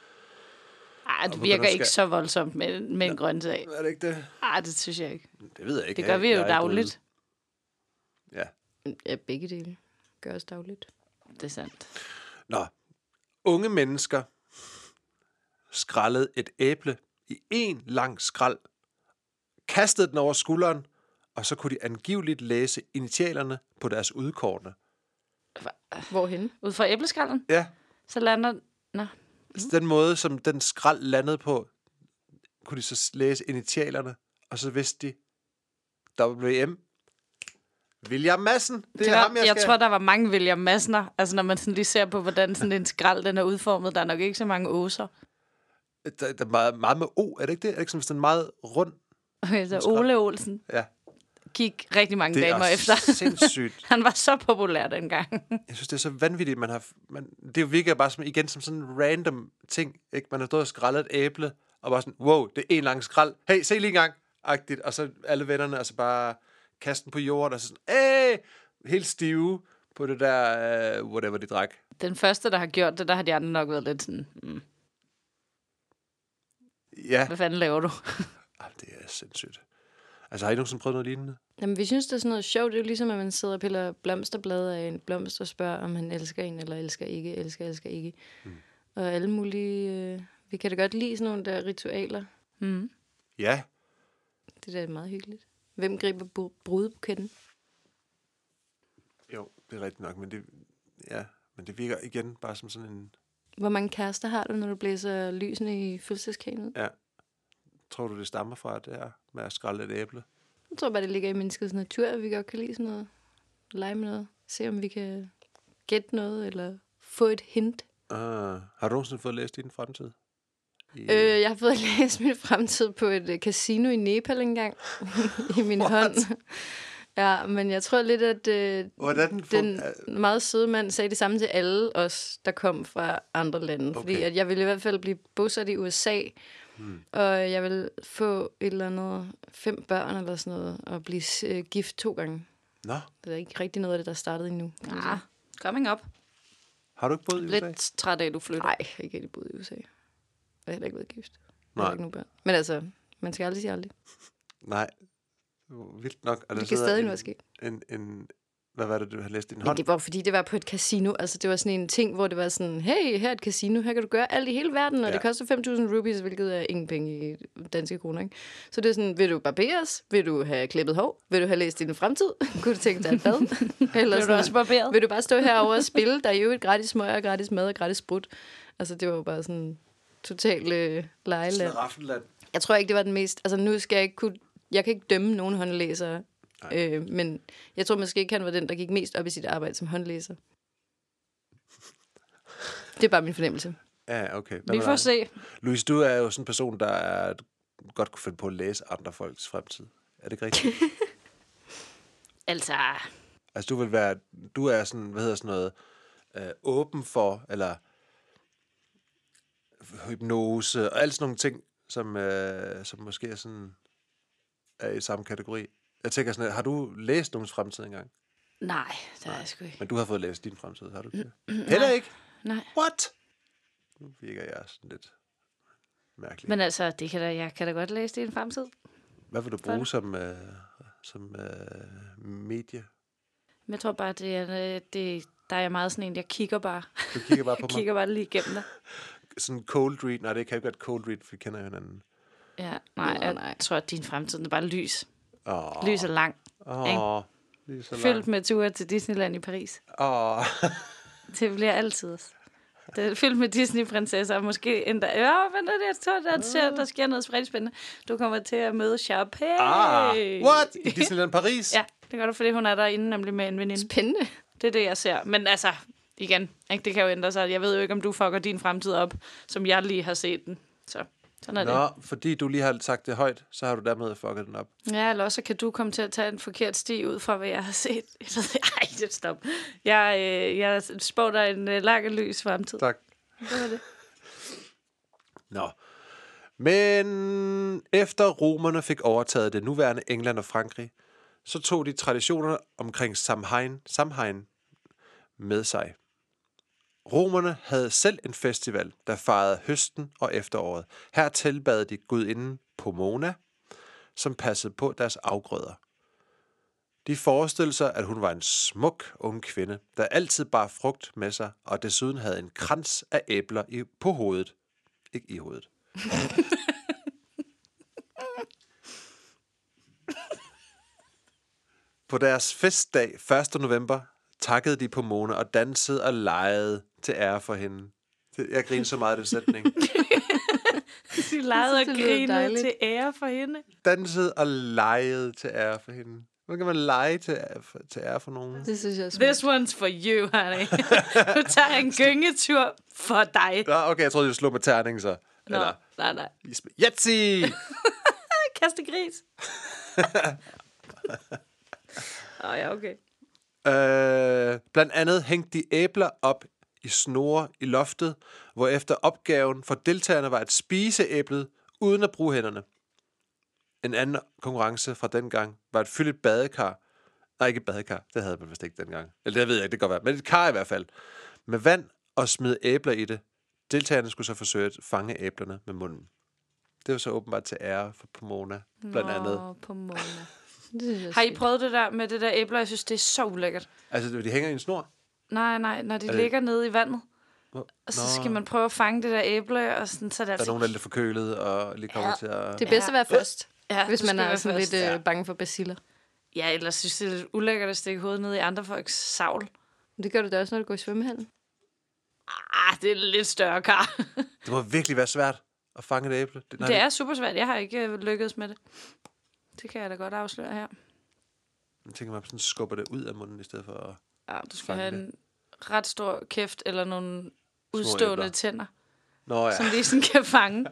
Ej, Og det hvordan virker skal- ikke så voldsomt med, med en grøntsag. Er det ikke det? Ej, det synes jeg ikke. Det ved jeg ikke. Det gør vi Jeg- jo jeg er ikke dagligt. dryde. Ja. Ja, begge dele gøres dagligt. Det er sandt. Nå, unge mennesker skrællede et æble i en lang skrald, kastede den over skulderen, og så kunne de angiveligt læse initialerne på deres udkårne. Hvorhen? Ud fra æbleskallen, Ja, så lander... Nå, altså den måde, som den skrald landede på, kunne de så læse initialerne, og så vidste de, W M, William Madsen, det, det er var, ham, jeg, jeg skal... tror, der var mange William Madsner. Altså, når man sådan lige ser på, hvordan sådan en skrald den er udformet, der er nok ikke så mange åser. Der, der er meget, meget med O, er det ikke det? Er det ikke sådan en meget rund? Okay, så skrald. Ole Olsen Ja, gik rigtig mange det damer er efter. sindssygt. Han var så populær dengang. Jeg synes, det er så vanvittigt, man har... Man, det virker bare som, igen som sådan en random ting, ikke? Man har stået og skrællet et æble, og bare sådan, wow, det er en lang skrald. Hey, se lige en gang, agtigt. Og så alle vennerne, og så bare kaste den på jorden, og så sådan, hey, helt stive på det der, uh, whatever de drak. Den første, der har gjort det, der har de andre nok været lidt sådan... Mm. Ja. Hvad fanden laver du? Ej, det er sindssygt. Altså, har I nogensinde prøvet noget lignende? Jamen, vi synes, det er sådan noget sjovt. Det er jo ligesom, at man sidder og piller blomsterblade af en blomst og spørger, om han elsker en, eller elsker ikke, elsker, elsker ikke. Mm. Og alle mulige... Øh, vi kan da godt lide sådan nogle der ritualer. Mm. Ja. Det er da meget hyggeligt. Hvem griber br- brudebuketten? Jo, det er rigtigt nok, men det, ja, men det virker igen bare som sådan en... Hvor mange kærester har du, når du blæser lysene i fødselsdagskagen ud? Ja. Tror du, det stammer fra det her med at skrælle et æble? Jeg tror bare, det ligger i menneskets natur, at vi godt kan lide sådan noget. Lege med noget. Se, om vi kan gætte noget, eller få et hint. Uh, har du nogensinde fået læst din fremtid? I... Øh, jeg har fået læst min fremtid på et uh, casino i Nepal engang. I min What? hånd. Ja, men jeg tror lidt, at øh, Hvordan den meget søde mand sagde det samme til alle os, der kom fra andre lande. Okay. Fordi at jeg ville i hvert fald blive bosat i U S A, hmm. og jeg ville få et eller andet fem børn eller sådan noget, og blive øh, gift to gange. Nå. Det er ikke rigtig noget af det, der startede endnu. Ja, coming up. Har du ikke boet i U S A? Lidt træt af, at du flytter. Nej, jeg har ikke rigtig boet i U S A. Jeg har heller ikke været gift. Jeg har Nej. ikke nogen børn. Men altså, man skal aldrig sige aldrig. Nej. Vildt nok. Og Det kan stadig en, nu være sket. En, en, hvad var det, du havde læst i din Men hånd? det var fordi, det var på et casino. Altså, det var sådan en ting, hvor det var sådan, hey, her er et casino, her kan du gøre alt i hele verden, og Ja. det koster fem tusind rupees, hvilket er ingen penge i danske kroner, ikke? Så det er sådan, vil du barberes? Vil du have klippet hår? Vil du have læst din fremtid? Kunne du tænke dig et bad? Eller Blev du også barberet? vil du bare stå herovre og spille? Der er jo et gratis smøger, gratis mad og gratis sprut. Altså, det var jo bare sådan totalt øh, lejeland. Raffeland. Jeg tror ikke, det var den mest... Altså, nu skal jeg ikke kunne... Jeg kan ikke dømme nogen håndlæsere, øh, men jeg tror måske ikke, han var den, der gik mest op i sit arbejde som håndlæser. Det er bare min fornemmelse. Ja, okay. Hvad Vi med får dig? se. Louise, du er jo sådan en person, der er, godt kunne finde på at læse andre folks fremtid. Er det ikke rigtigt? Altså, Altså, du vil være... Du er sådan, hvad hedder sådan noget... Øh, åben for, eller... hypnose, og alt sådan nogle ting, som, øh, som måske er sådan... er i samme kategori. Jeg tænker sådan, har du læst nogens fremtid engang? nej, det er jeg sgu ikke. Men du har fået læst din fremtid, har du ikke det? Heller ikke? Nej. What? Nu virker jeg sådan lidt mærkelig. Men altså, det kan da, jeg kan da godt læse det i en fremtid. Hvad vil du bruge som, øh, som øh, medie? Men jeg tror bare, det er, øh, det, der er jeg meget sådan en, jeg kigger bare. Du kigger bare på Jeg mig. kigger bare lige igennem dig. Sådan cold read. Nej, det kan jo ikke være et cold read, for vi kender jo hinanden. Ja, nej, Nå, jeg nej. tror, at din fremtid er bare lys. Åh. Lys er lang. Åh. Lys er Fyldt langt. med ture til Disneyland i Paris. Åh. Det bliver altid. Det er fyldt med Disney-prinsesser, og måske endda... Ja, men det er det, jeg tror, der, sker, der sker noget rigtig spændende. Du kommer til at møde Sharpay. Ah, what? I Disneyland Paris? Ja, det gør du, fordi hun er derinde nemlig med en veninde. Spændende. Det er det, jeg ser. Men altså, igen, ikke? Det kan jo ændre sig. Jeg ved jo ikke, om du fucker din fremtid op, som jeg lige har set den. Så sådan er Nå, det. fordi du lige har sagt det højt, så har du dermed fucket den op. Ja, eller også kan du komme til at tage en forkert sti ud fra, hvad jeg har set. Ej, det stop. Jeg, øh, jeg spår dig en øh, lang og lys fremtid. Tak. Det var det. Nå. Men efter romerne fik overtaget det nuværende England og Frankrig, så tog de traditionerne omkring Samhain, Samhain med sig. Romerne havde selv en festival, der fejrede høsten og efteråret. Her tilbad de gudinden Pomona, som passede på deres afgrøder. De forestillede sig, at hun var en smuk ung kvinde, der altid bar frugt med sig, og desuden havde en krans af æbler i, på hovedet. Ikke i hovedet. På deres festdag første november takkede de Pomona og dansede og legede til ære for hende. Jeg griner så meget af den sætning. De legede og det lyder grinede dejligt. til ære for hende. Dansede og legede til ære for hende. Hvordan kan man lege til ære for, til ære for nogen? Det synes jeg er smukt. This one's for you, honey. Du tager en gyngetur for dig. Nå, okay, jeg troede, du slog med terning så. Nå, Eller, nej, nej. Jetsi! Kaste gris. Åh, oh, ja, okay. Øh, blandt andet hængte de æbler op i snore i loftet, hvorefter opgaven for deltagerne var at spise æblet uden at bruge hænderne. En anden konkurrence fra dengang var at fylde et badekar. Nej, ikke et badekar. Det havde man vist ikke dengang. Eller det ved jeg ikke, det kan godt være. Men et kar i hvert fald. Med vand og smide æbler i det. Deltagerne skulle så forsøge at fange æblerne med munden. Det var så åbenbart til ære for Pomona, blandt Nå, andet. Pomona. Det synes jeg Har I er prøvet det der med det der æbler? Jeg synes, det er så ulækkert. Altså, de hænger i en snor? Nej, nej, når de Er det- ligger nede i vandet. Hvor- Og så Nå, skal man prøve at fange det der æble, og sådan, så er det Der er altså... nogen, der er lidt forkølet og lige kommer Ja. til at... Det er bedst at være først, Ja, hvis du man skal er være sådan først. lidt Ja. øh, bange for baciller. Ja, ellers synes jeg, det er lidt ulækkert at stikke hovedet ned i andre folks savl. Det gør du da også, når du går i svømmehallen. Ah, det er lidt større kar. Det må virkelig være svært at fange et æble. Det, nej, Det er super svært. Jeg har ikke øh, lykkedes med det. Det kan jeg da godt afsløre her. Jeg tænker, man sådan skubber det ud af munden, i stedet for at... Ja, du skal Fange have det. en ret stor kæft eller nogle udstående æbler. tænder, Nå ja. som lige sådan kan fange.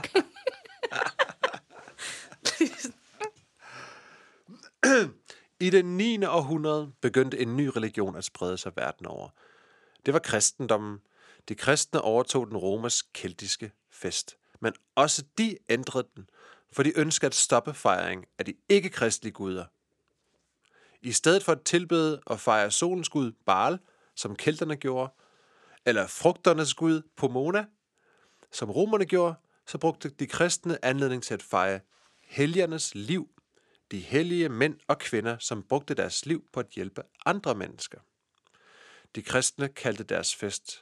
I det niende århundrede begyndte en ny religion at sprede sig verden over. Det var kristendommen. De kristne overtog den romersk-keltiske fest. Men også de ændrede den, for de ønskede at stoppe fejring af de ikke-kristelige guder. I stedet for at tilbede og fejre solens gud Baal, som kelterne gjorde, eller frugternes gud Pomona, som romerne gjorde, så brugte de kristne anledning til at fejre helgernes liv, de hellige mænd og kvinder, som brugte deres liv på at hjælpe andre mennesker. De kristne kaldte deres fest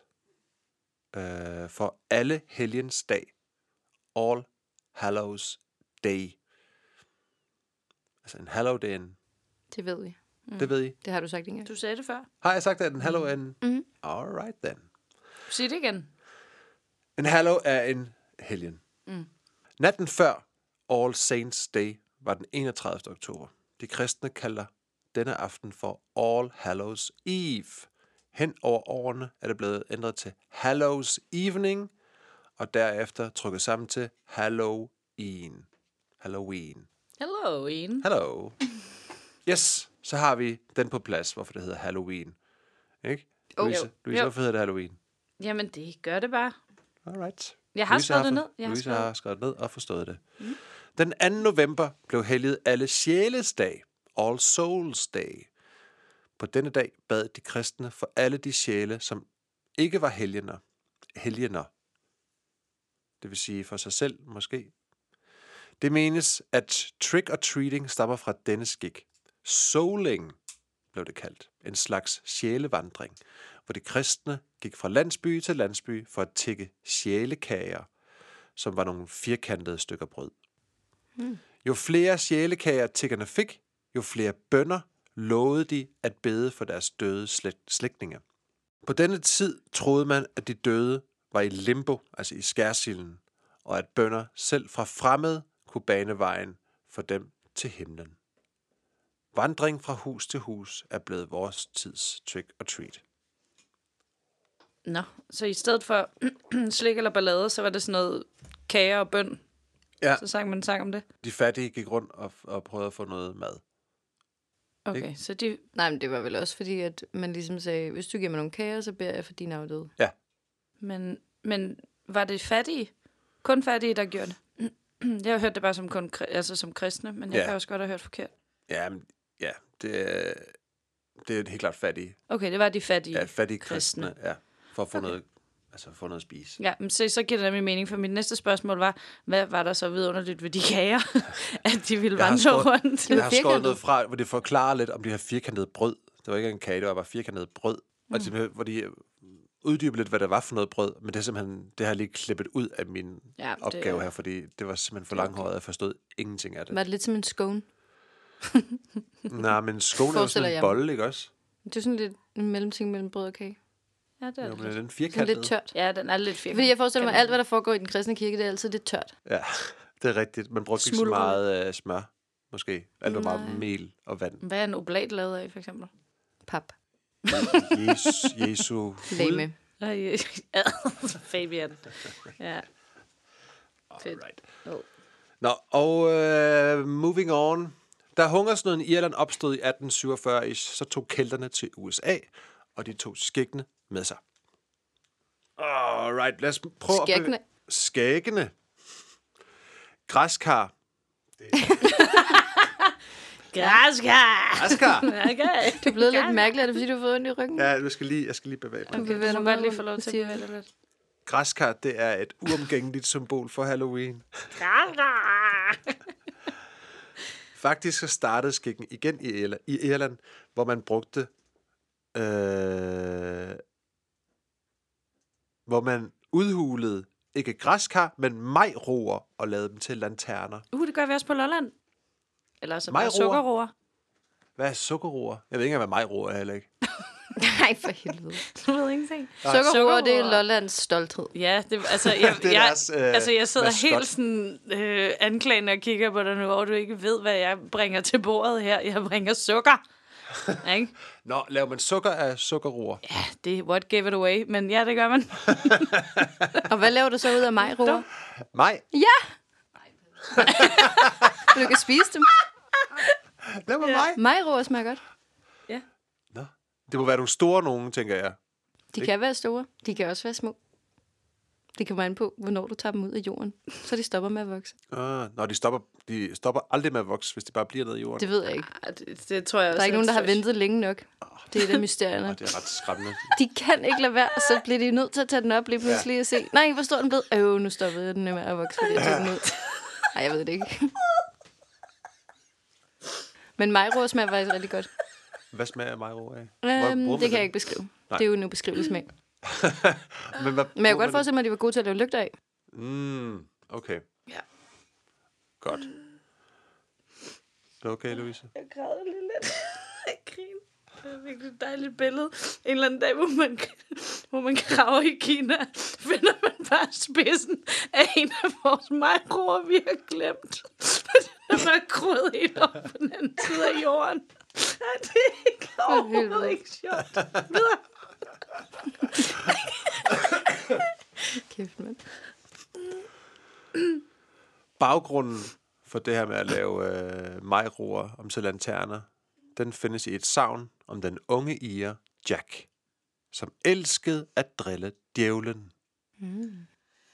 øh, for alle helgens dag, All Hallows Day. Altså en hallow, det er en... Det ved vi. Mm. Det ved I. Det har du sagt ikke engang. Du sagde det før. Har jeg sagt, at en hallow er en... Mm. All right then. Sig det igen. En hallow er en helgen. Mm. Natten før All Saints Day var den enogtredivte oktober. De kristne kalder denne aften for All Hallows Eve. Hen over årene er det blevet ændret til Hallows Evening, og derefter trykket sammen til Halloween. Halloween. Hello, Ian. Hello. Yes, så har vi den på plads, hvorfor det hedder Halloween. Ikke? Oh, Louise, jo. Louise, Jo. hvorfor hedder det Halloween? Jamen, det gør det bare. Alright. Jeg har Louise skrevet det for- ned. Jeg har Louise skrevet- har skrevet ned og forstået det. Mm. Den anden november blev helliget alle sjæles dag, All Souls Day. På denne dag bad de kristne for alle de sjæle, som ikke var helgener. Helgener. Det vil sige for sig selv, måske. Det menes, at trick-or-treating stammer fra denne skik. Souling blev det kaldt. En slags sjælevandring, hvor de kristne gik fra landsby til landsby for at tikke sjælekager, som var nogle firkantede stykker brød. Hmm. Jo flere sjælekager tiggerne fik, jo flere bønner lovede de at bede for deres døde slægtninge. På denne tid troede man, at de døde var i limbo, altså i skærsilden, og at bønner selv fra fremmede kunne bane vejen for dem til himlen. Vandring fra hus til hus er blevet vores tids trick or treat. Nå, så i stedet for slik eller ballade, så var det sådan noget kager og bøn. Ja. Så sang man en sang om det. De fattige gik rundt og, og prøvede at få noget mad. Okay, Ikke? så de... Nej, men det var vel også fordi, at man ligesom sagde, hvis du giver mig nogle kager, så beder jeg for din afdøde. Ja. Men, men var det fattige? Kun fattige, der gjorde det? Jeg har hørt det bare som, kun, kri- altså som kristne, men jeg Ja. kan også godt have hørt forkert. Ja, men, ja det, er, det er helt klart fattige. Okay, det var de fattige. Ja, fattige kristne. kristne. Ja, for at få, Okay. noget, altså få noget at spise. Ja, men så, så giver det nemlig mening, for mit næste spørgsmål var, hvad var der så vidunderligt ved de kager, at de ville Jeg har vandre skåret- rundt? Jeg har skåret firkantet. noget fra, hvor det forklarer lidt om de her firkantede brød. Det var ikke en kage, det var bare firkantet brød. Mm. Og de, hvor de uddyber lidt, hvad det var for noget brød. Men det er simpelthen, det har jeg lige klippet ud af min Ja, ja, det opgave er- her, fordi det var simpelthen for det er langhåret, jeg forstod ingenting af det. Var det lidt som en scone? Nej, men skåne er jo Forestiller sådan en jeg mig. bolle, ikke også? Det er sådan lidt en mellemting mellem brød og kage. Ja, det er Jo, det. men er lidt. den Sådan firkantet? lidt tørt. Ja, den er lidt firkantet. Fordi jeg forestiller mig, Kan at alt, hvad der foregår i den kristne kirke, det er altid lidt tørt. Ja, det er rigtigt. Man brugte ikke så Smuldret. meget uh, smør, måske. Alt var meget Nej. mel og vand. Hvad er en oblat lavet af, for eksempel? Pap. Jesus, Jesu Lame. Ej, ja, Fabian. Ja. Fedt. Alright. Oh. Nå, og uh, moving on. Da hungersnøden i Irland opstod i atten syvogfyrre, så tog kelterne til U S A, og de tog skæggene med sig. Alright, lad os prøve Skæggene? at... Skæggene? Græskar. Græskar! Græskar! Okay. Det er blevet lidt mærkeligt. Er det, fordi du har fået ondt i ryggen? Ja, jeg skal lige, jeg skal lige bevæge mig. Du Okay, bevæger du dig må godt meget lige få lov rundt, til siger at jeg. bevæge dig lidt. Græskar, det er et uomgængeligt symbol for Halloween. Faktisk så startede skikken igen i Irland, i Irland hvor man brugte, øh, hvor man udhulede ikke græskar, men majroer og lavede dem til lanterner. Uh, det gør vi også på Lolland. Eller så bare Majroer? sukkerroer. Hvad er sukkerroer? Jeg ved ikke, hvad majroer er heller ikke. Nej, for helvede. Du ved ingenting. Sukkerroer, det er Lollands stolthed. Ja, det, altså, jeg, Det er jeg, deres, øh, altså, jeg sidder maskot. helt sådan øh, anklagende og kigger på dig nu, og du ikke ved, hvad jeg bringer til bordet her. Jeg bringer sukker. Ikke? Nå, laver man sukker af sukkerroer? Ja, det er what gave it away, men ja, det gør man. Og hvad laver du så ud af majroer? Maj? Ja! Du kan spise dem. Laver man maj? Majroer smager godt. Ja. Nå. Det må være nogle store nogen, tænker jeg. De kan være store. De kan også være små. Det kommer an på, hvornår du tager dem ud af jorden. Så de stopper med at vokse. Ah, nå, de stopper, de stopper aldrig med at vokse, hvis de bare bliver nede i jorden. Det ved jeg ikke. Ah, det, det tror jeg også. Der er ikke nogen, der har trash. ventet længe nok. Det er det mysterierne. Oh, det er ret skræmmende. De kan ikke lade være, og så bliver de nødt til at tage den op lige pludselig ja. og se, nej, hvor stor den blev. Øh, nu stoppede den med at vokse, fordi jeg tog den ud. Nej, jeg ved det ikke. Men majroer smager faktisk rigtig godt. Hvad smager majro af? Øhm, det kan jeg ikke beskrive. Nej. Det er jo en ubeskrivelig smag. Men, hvad, Men jeg kan godt forestille mig, at de var gode til at lave lygter af. Mm, okay. Ja. Godt. Er det okay, Louise? Jeg græder lige lidt. Jeg griner. Det er virkelig et dejligt billede. En eller anden dag, hvor man, hvor man graver i Kina, finder man bare spidsen af en af vores majroer, vi har glemt. Den er bare grød helt op på den anden side af jorden. Nej, det er ikke overhovedet ikke sjovt. Videre. Kæft, mand. Baggrunden for det her med at lave øh, majroer om til lanterner, den findes i et sagn om den unge irer Jack, som elskede at drille djævlen. Mm.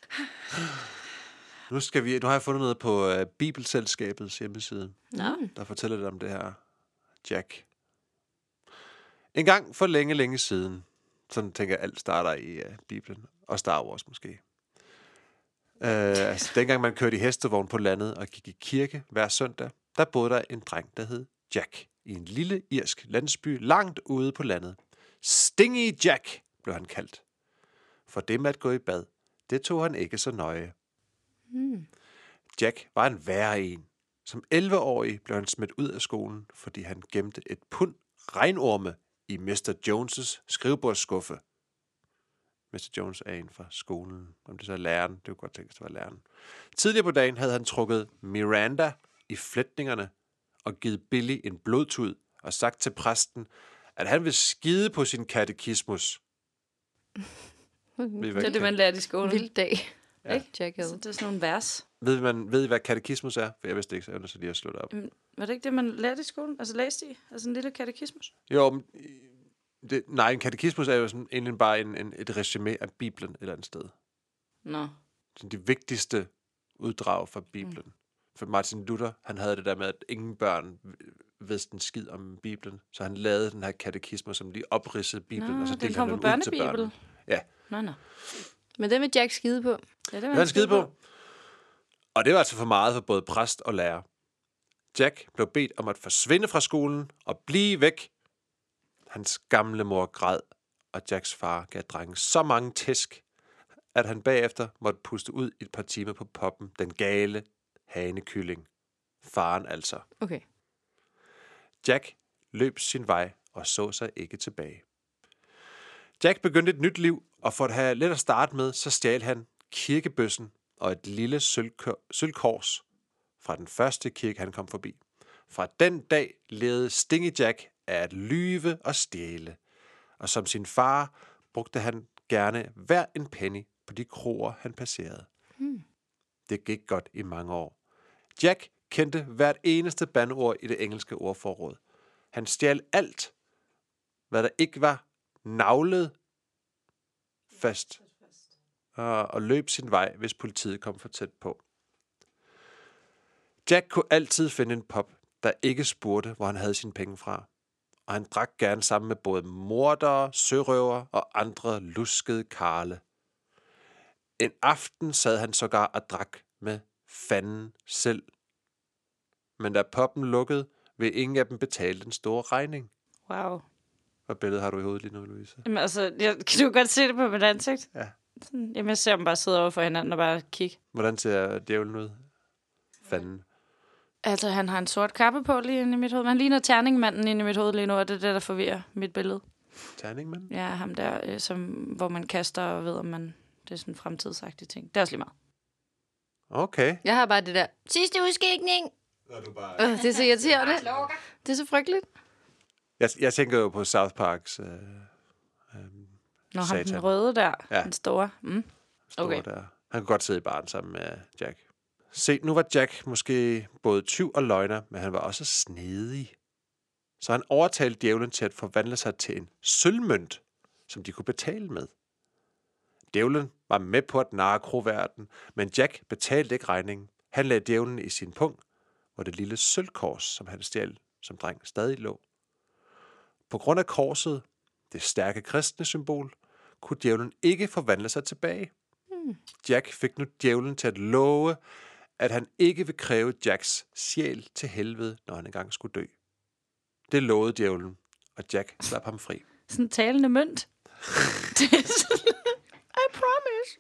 Nu, skal vi, nu har jeg fundet noget på øh, Bibelselskabets hjemmeside, Nå. der fortæller lidt om det her Jack. En gang for længe, længe siden, sådan tænker jeg, alt starter i uh, Bibelen, og Star Wars måske. Uh, altså, dengang man kørte i hestevogn på landet og gik i kirke hver søndag, der boede der en dreng, der hed Jack, i en lille irsk landsby langt ude på landet. Stingy Jack blev han kaldt. For det med at gå i bad, det tog han ikke så nøje. Mm. Jack var en værre en. Som elleve-årig blev han smidt ud af skolen, fordi han gemte et pund regnorme i mister Jones' skrivebordsskuffe. mister Jones er en fra skolen. Om det så er læreren, det kunne godt tænkes, det var læreren. Tidligere på dagen havde han trukket Miranda i flætningerne og givet Billy en blodtud og sagt til præsten, at han vil skide på sin katekismus. Det er det, man lærte i skolen. Vild dag. Ja. Ikke, Jack Så det er sådan nogle vers. Ved man ved I, hvad katekismus er? For jeg vidste ikke, så jeg er nødt til lige at slå det op. Mm, Var det ikke det, man lærte i skolen? Altså læste i? Altså en lille katekismus? Jo, men, det, nej, en katekismus er jo sådan, egentlig bare en, en, et resumé af Bibelen et eller andet sted. Nå. Sådan de vigtigste uddrag fra Bibelen. Mm. For Martin Luther, han havde det der med, at ingen børn vidste en skid om Bibelen. Så han lavede den her katekismus, som lige opridsede Bibelen, Nå, og så den delte kom han på den ud til børnebibel. børnene. Ja, Nå, nå. Men det med Jack skide på. Ja, det det var var en skide på. Og det var altså for meget for både præst og lærer. Jack blev bedt om at forsvinde fra skolen og blive væk. Hans gamle mor græd, og Jacks far gav drengen så mange tæsk, at han bagefter måtte puste ud i et par timer på poppen, den gale hanekylling. Faren altså. Okay. Jack løb sin vej og så sig ikke tilbage. Jack begyndte et nyt liv, og for at have lidt at starte med, så stjal han kirkebøssen og et lille sølvkor- sølvkors fra den første kirke, han kom forbi. Fra den dag levede Stingy Jack af at lyve og stjæle, og som sin far brugte han gerne hver en penny på de kroer, han passerede. Hmm. Det gik godt i mange år. Jack kendte hvert eneste bandord i det engelske ordforråd. Han stjal alt, hvad der ikke var navlet fast, og løb sin vej, hvis politiet kom for tæt på. Jack kunne altid finde en pub, der ikke spurgte, hvor han havde sine penge fra. Og han drak gerne sammen med både mordere, sørøver og andre luskede karle. En aften sad han sågar og drak med fanden selv. Men da poppen lukkede, vil ingen af dem betale den store regning. Wow. Hvad billede har du i hovedet lige nu, Louise? Jamen altså, jeg, kan du godt se det på mit ansigt? Ja. Sådan, jamen, jeg ser dem bare sidde over for hinanden og bare kigge. Hvordan ser djævlen ud? Fanden. Altså, han har en sort kappe på lige inde i mit hoved. Han ligner terningmanden inde i mit hoved lige nu, og det er det, der forvirrer mit billede. Terningmand? Ja, ham der, øh, som, hvor man kaster og ved, om man... Det er sådan en fremtidsagtig ting. Det er også lige meget. Okay. Jeg har bare det der, sidste udskægning. Du bare... Øh, det er så irriterende. Det er så frygteligt. Jeg, jeg tænker jo på South Parks... Øh, øh, Når ham Satan. den røde der, Ja. den store. Mm. store Okay. der. Han kunne godt sidde i baren sammen med Jack. Se, nu var Jack måske både tyv og løgner, men han var også snedig. Så han overtalte djævlen til at forvandle sig til en sølvmønt, som de kunne betale med. Djævlen var med på at narre kroværten, men Jack betalte ikke regningen. Han lagde djævlen i sin pung, hvor det lille sølvkors, som han stjal som dreng, stadig lå. På grund af korset, det stærke kristne symbol, kunne djævlen ikke forvandle sig tilbage. Hmm. Jack fik nu djævlen til at love, at han ikke vil kræve Jacks sjæl til helvede, når han engang skulle dø. Det lovede djævlen, og Jack slap ham fri. Sådan en talende mønt. Det er sådan, I promise.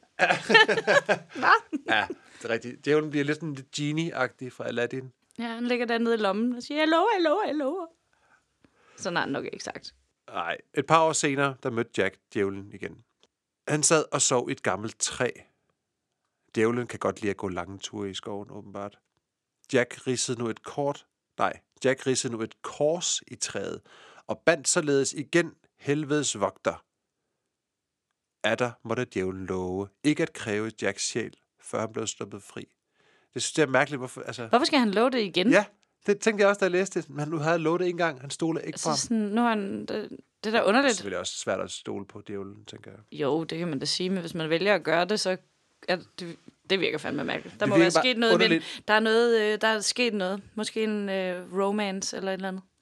Ja, det er rigtigt. Djævlen bliver lidt sådan lidt genie-agtig fra Aladdin. Ja, han ligger dernede i lommen og siger, jeg lover, jeg lover, jeg lover. Sådan har han nok ikke sagt. Nej, et par år senere, der mødte Jack djævlen igen. Han sad og sov i et gammelt træ. Djævlen kan godt lide at gå lange ture i skoven, åbenbart. Jack ridsede nu et kort, nej, Jack ridsede nu et kors i træet, og bandt således igen helvedes vogter. Atter måtte djævlen love ikke at kræve Jacks sjæl, før han blev sluppet fri. Det synes jeg er mærkeligt, hvorfor... Altså... Hvorfor skal han love det igen? Ja, det tænkte jeg også, da jeg læste det. Men nu havde jeg lovet det en gang. Han stoler ikke Altså, frem. sådan, nu er han, det, det er da Det er underligt. selvfølgelig også svært at stole på djævlen, tænker jeg. Jo, det kan man da sige, men hvis man vælger at gøre det, så er det, det virker fandme mærkeligt. Der Det må virker være bare sket noget, men underligt. der er, noget, øh, der er sket noget. Måske en øh, romance eller et eller andet.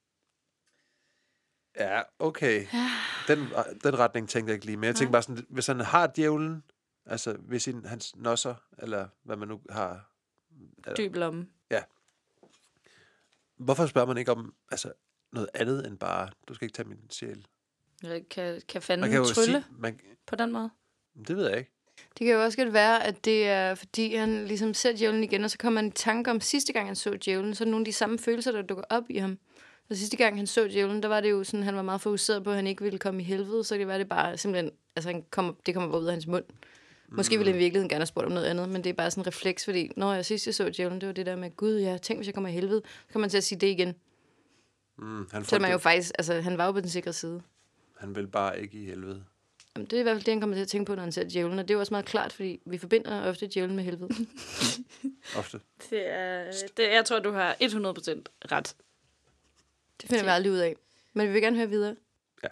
Ja, okay. Den, den retning tænkte jeg ikke lige. Men jeg tænkte bare sådan, hvis han har djævlen, altså hvis sin, hans nosser, eller hvad man nu har... Eller, Dyb lomme. ja. Hvorfor spørger man ikke om altså, noget andet end bare, du skal ikke tage min sjæl? Kan, kan Man fanden kan jo trylle sige... Man, på den måde? det ved jeg ikke. Det kan jo også godt være, at det er, fordi han ligesom ser djævlen igen, og så kommer han i tanke om, sidste gang han så djævlen, så er det nogle af de samme følelser, der dukker op i ham. Og sidste gang han så djævlen, der var det jo sådan, han var meget fokuseret på, at han ikke ville komme i helvede, så det var det bare simpelthen, altså han kommer, det kommer bare ud af hans mund. Måske ville han i virkeligheden gerne have spurgt om noget andet, men det er bare sådan en refleks, fordi når jeg sidst jeg så djævlen, det var det der med, gud, jeg tænkte, hvis jeg kommer i helvede, så kommer man til at sige det igen. Mm, han, Så er man jo det. faktisk, altså han var jo på den sikre side. Han vil bare ikke i helvede. Jamen, det er i hvert fald det, han kommer til at tænke på, når han ser djævlen, og det er jo også meget klart, fordi vi forbinder ofte djævlen med helvede. Ofte. Det er, det, jeg tror, du har hundrede procent ret. Det finder vi aldrig ud af. Men vi vil gerne høre videre.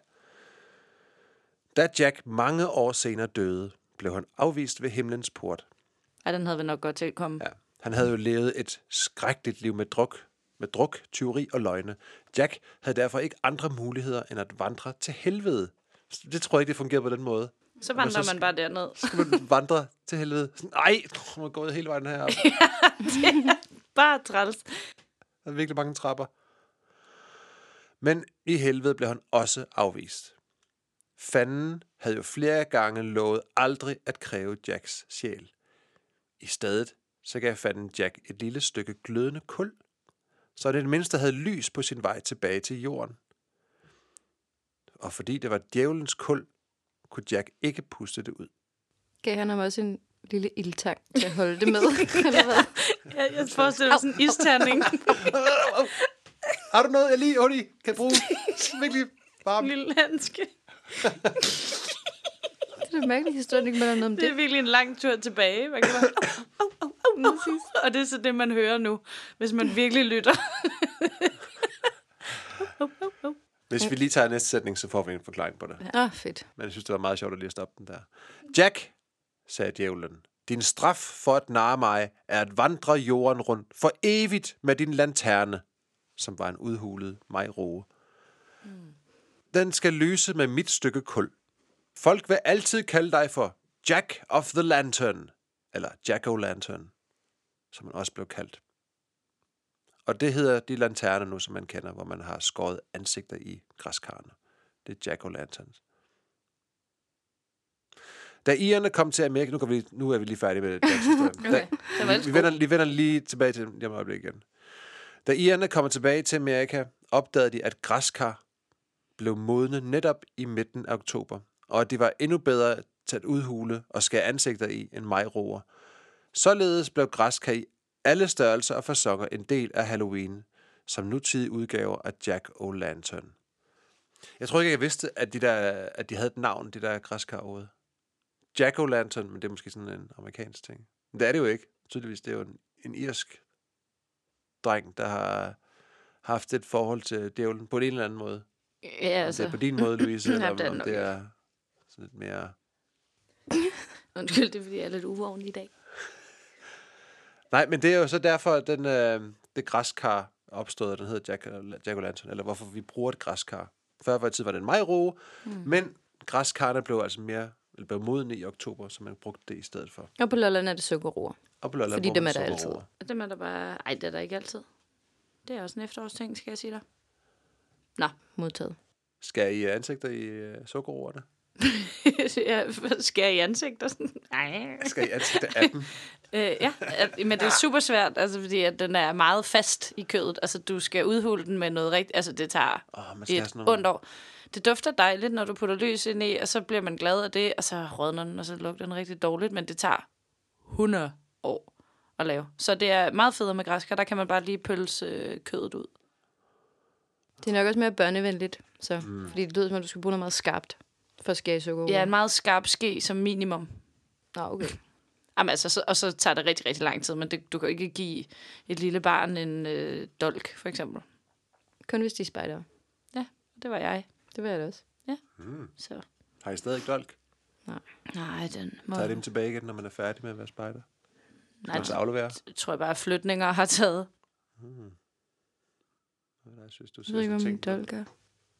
Da Jack mange år senere døde, blev han afvist ved himlens port. Ej, den havde vi nok godt til at komme. Ja. Han havde jo levet et skrækkeligt liv med druk, med druk, tyveri og løgne. Jack havde derfor ikke andre muligheder end at vandre til helvede. Det tror jeg ikke, det fungerer på den måde. Så Men vandrer så man bare derned. Skal man vandre til helvede? Sådan, ej, man er gået hele vejen herop. Bare træls. Der er virkelig mange trapper. Men i helvede blev han også afvist. Fanden havde jo flere gange lovet aldrig at kræve Jacks sjæl. I stedet så gav fanden Jack et lille stykke glødende kul, så det mindste havde lys på sin vej tilbage til jorden. Og fordi det var djævelens kul, kunne Jack ikke puste det ud. Gav han ham også en lille ildtang til at holde det med? Eller hvad? Jeg, jeg forestiller mig sådan en isterning. Har du noget, jeg lige hurtigt kan bruge? Virkelig En varmt. lille handske. Det er en mærkelig historie, ikke med noget om Det er det. virkelig en lang tur tilbage. Man kan bare, au, au, au, au, au. Og det er så det, man hører nu, hvis man virkelig lytter. Hvis vi lige tager næste sætning, så får vi en forklaring på det. Åh, oh, fedt. Men jeg synes, det var meget sjovt at lige stoppe den der. Jack, sagde djævlen, din straf for at narre mig er at vandre jorden rundt for evigt med din lanterne, som var en udhulet majroe. Den skal lyse med mit stykke kul. Folk vil altid kalde dig for Jack of the Lantern, eller Jack-o'-lantern, som man også blev kaldt. Og det hedder de lanterner nu, som man kender, hvor man har skåret ansigter i græskarne. Det er Jack-o'-lanterns. Da irerne kom til Amerika, nu, vi, nu er vi lige færdige med det danske historie. Okay. Da, vi, vi, vender, vi vender lige tilbage til dem øjeblik igen. Da irerne kommer tilbage til Amerika, opdagede de, at græskar blev modne netop i midten af oktober, og at de var endnu bedre til at udhule og skære ansigter i end majroer. Således blev græskar i alle størrelser og faconer en del af Halloween, som nutidige udgaver af Jack-o'-lantern. Jeg tror ikke, jeg vidste, at de, der, at de havde et navn, de der græskar-ordet. Jack-o'-lantern, men det er måske sådan en amerikansk ting. Men det er det jo ikke. Tydeligvis, det er jo en, en irsk dreng, der har haft et forhold til djævlen på en eller anden måde. Ja, altså. altså. Det er på din måde, Louise, eller Ja, om det er om nok det er sådan lidt mere... Undskyld, det er, fordi jeg er lidt uvågen i dag. Nej, men det er jo så derfor, at den, øh, det græskar opstod, og den hedder Jack, Jack-o'-lantern, eller hvorfor vi bruger et græskar. Før var i tid var det en majroe, mm. men græskarne blev altså mere, eller blev modne i oktober, så man brugte det i stedet for. Og på Lolland er det sukkerroer. Og på Lolland, Fordi hvor dem man er der sukkerroer. altid. Dem er der bare... Ej, det er der ikke altid. Det er også en efterårsting, skal jeg sige dig. Nå. Modtaget. Skal I ansigter i uh, sukkerroerne? Jeg skærer i ansigter. Sådan. Nej. Skal I ansigter af dem? Øh, ja, at, men det er super svært, altså, fordi at den er meget fast i kødet. Altså, du skal udhule den med noget rigtigt. Altså, det tager Oh, man skal have et sådan nogle... ondt år. Det dufter dejligt, når du putter lys ind i, og så bliver man glad af det, og så rådner den, og så lugter den rigtig dårligt, men det tager hundrede år at lave. Så det er meget federe med græskar, der kan man bare lige pølse øh, kødet ud. Det er nok også mere børnevenligt, så, mm. fordi det lyder som om, du skal bruge noget meget skarpt for at skære i sukkerroer. Ja, en meget skarp ske som minimum. Nå, okay. Jamen, altså, så, og så tager det rigtig, rigtig lang tid, men det, du kan ikke give et lille barn en øh, dolk, for eksempel. Kun hvis de er spejdere. Ja, det var jeg. Det var jeg da også. Ja, Mm. så... Har I stadig dolk? Nej. Nej, den må... Tager dem tilbage igen, når man er færdig med at være spejder? Nej, Så aflevere? det tror jeg bare, at flytninger har taget. Mm. Jeg synes, du Jeg ser ved ikke, så hvad min tænkt ud. dolk er.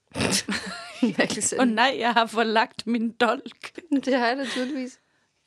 Åh oh, nej, jeg har forlagt min dolk. Det har jeg da tydeligvis.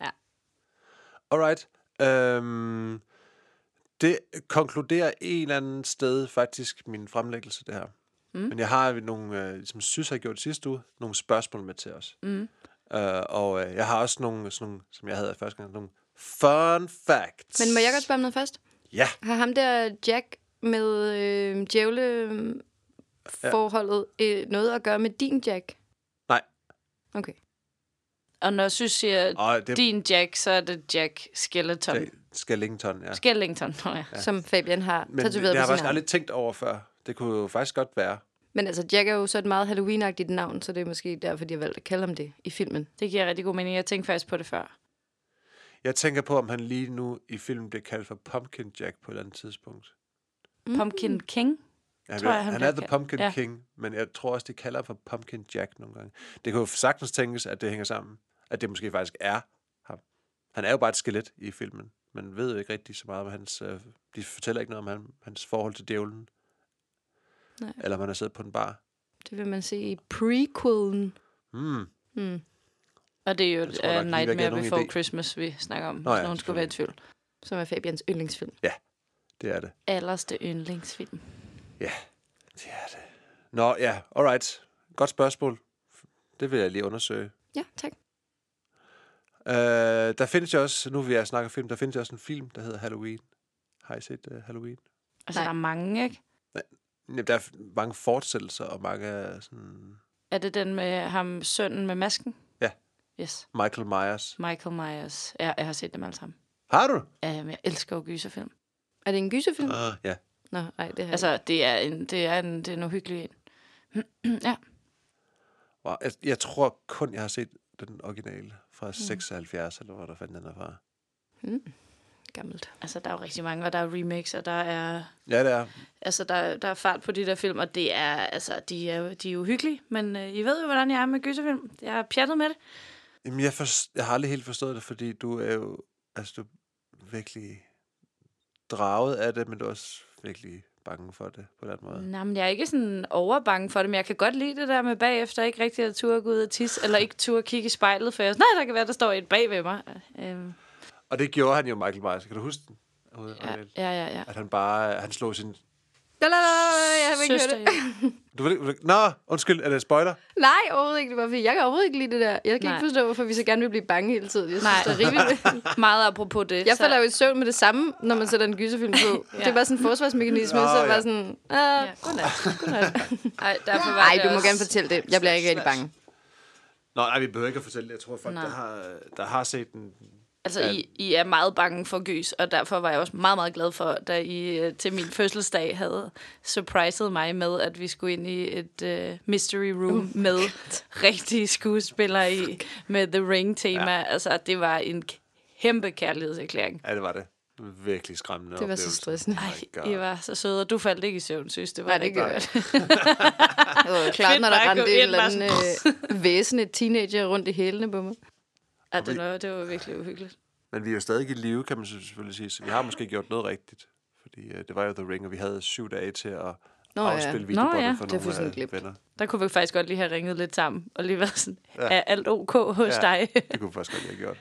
Alright. Øhm, det konkluderer en eller anden sted faktisk min fremlæggelse, det her. Mm. Men jeg har nogle, øh, som synes har jeg gjort sidste uge, nogle spørgsmål med til os. Mm. Øh, og øh, jeg har også nogle, sådan nogle, som jeg havde første gang, nogle fun facts. Men må jeg godt spørge om noget først? Ja. Har ham der Jack med øh, djævleforholdet øh, noget at gøre med din Jack? Nej. Okay. Og når jeg synes, siger Og det din Jack, så er det Jack Skeleton. er Skellington, ja. Skellington, oh, ja. Ja. Som Fabian har Men tatoveret jeg har på sin faktisk arm. aldrig tænkt over før. Det kunne jo faktisk godt være. Men altså, Jack er jo så et meget Halloween-agtigt navn, så det er måske derfor, de har valgt at kalde ham det i filmen. Det giver rigtig god mening. Jeg tænkte faktisk på det før. Jeg tænker på, om han lige nu i filmen bliver kaldt for Pumpkin Jack på et eller andet tidspunkt. Mm. Pumpkin King? Ja, Tror jeg, han han bliver er The kaldt. Pumpkin Ja. King, men jeg tror også, de kalder ham for Pumpkin Jack nogle gange. Det kan jo sagtens tænkes, at det hænger sammen. At det måske faktisk er ham. Han er jo bare et skelet i filmen. Man ved jo ikke rigtig så meget om hans... Øh, de fortæller ikke noget om han, hans forhold til djævlen. Nej. Eller om han har siddet på en bar. Det vil man se i prequelen. Hmm. Mm. Og det er jo Jeg tror nok uh, lige, jeg gav Nightmare nogen Before idé. Christmas, vi snakker om, Nå hvis ja, nogen skulle være i tvivl. Som er Fabians yndlingsfilm. Det er det. Allerste yndlingsfilm. Ja, det er det. Nå, ja, alright. Godt spørgsmål. Det vil jeg lige undersøge. Ja, tak. Uh, der findes jo også, nu vil jeg snakke film, der findes jo også en film, der hedder Halloween. Har I set uh, Halloween? Altså, Nej. der er mange, ikke? Ja, der er mange fortsættelser og mange sådan... Er det den med ham, sønnen med masken? Ja. Yes. Michael Myers. Michael Myers. Ja, jeg har set dem alle sammen. Har du? Ja, men jeg elsker jo gyserfilm. Er det en gyserfilm? Uh, ja. Nå, nej, det har Altså, det er en, det er en, det er en uhyggelig en. Ja. Wow. Jeg, jeg tror kun, jeg har set den originale fra mm. seksoghalvfjerds, eller hvor der fandt den er fra. mm. Gammelt. Altså, der er jo rigtig mange, og der er remakes, og der er... Ja, det er. Altså, der, der er fart på de der film, og det er, altså, de er, de er uhyggelige, men øh, I ved jo, hvordan jeg er med gyserfilm. Jeg er pjattet med det. Jamen, jeg, for, jeg har aldrig helt forstået det, fordi du er jo... Altså, du er virkelig draget af det, men du er også virkelig bange for det på den måde. Nej, men jeg er ikke sådan overbange for det, men jeg kan godt lide det der med bagefter, ikke rigtig at turde gå ud og tisse, eller ikke turde kigge i spejlet, for jeg nej, der kan være, der står et bag ved mig. Øhm. Og det gjorde han jo, Michael Myers. Kan du huske den? Ja, ja, ja, ja. At han bare, han slog sin... La, la, la, jeg har ikke hørt det. Du vil, ikke- Nå, undskyld, er det spoiler? Nej, overhovedet ikke. Det var fordi, jeg kan overhovedet ikke lide det der. Jeg kan Nej. ikke forstå, hvorfor vi så gerne vil blive bange hele tiden. Jeg synes, Nej. det er rimeligt. Meget apropos det. Jeg så- falder jo i søvn med det samme, når man sætter en gyserfilm på. ja. Det er bare sådan en forsvarsmekanisme, Nå, så er ja. bare sådan... Ah, Ja, godnat. godnat. Ej, derfor var nej, det du må også... gerne fortælle det. Jeg bliver ikke rigtig bange. Nå, nej, vi behøver ikke at fortælle det. Jeg tror, folk, Nej. der har, der har set den... Altså, Ja. I, I er meget bange for gys, og derfor var jeg også meget, meget glad for, da I øh, til min fødselsdag havde surpriset mig med, at vi skulle ind i et uh, mystery room uh. med rigtige skuespillere i, med The Ring-tema. Ja. Altså, det var en kæmpe kærlighedserklæring. Ja, det var det. Det var virkelig skræmmende. Det var så oplevelse. stressende. Oh my I God. var så søde, og du faldt ikke i søvn, synes det var Nej, det rigtig gjorde godt. Det var klart, Fedt når der bare at gå rendte et ind, eller bare andet øh, væsen, et teenager rundt i hælene på mig. Ja, det var, det var virkelig uhyggeligt. Men vi er jo stadig i live, kan man selvfølgelig sige. Så vi har måske gjort noget rigtigt. Fordi uh, det var jo The Ring, og vi havde syv dage til at Nå, ja. afspille Nå, videobåndet ja. for Det er nogle fuldstændig af glemt. venner. Der kunne vi faktisk godt lige have ringet lidt sammen, og lige været sådan, Ja. er alt ok hos Ja. dig? Det kunne vi faktisk godt lige have gjort.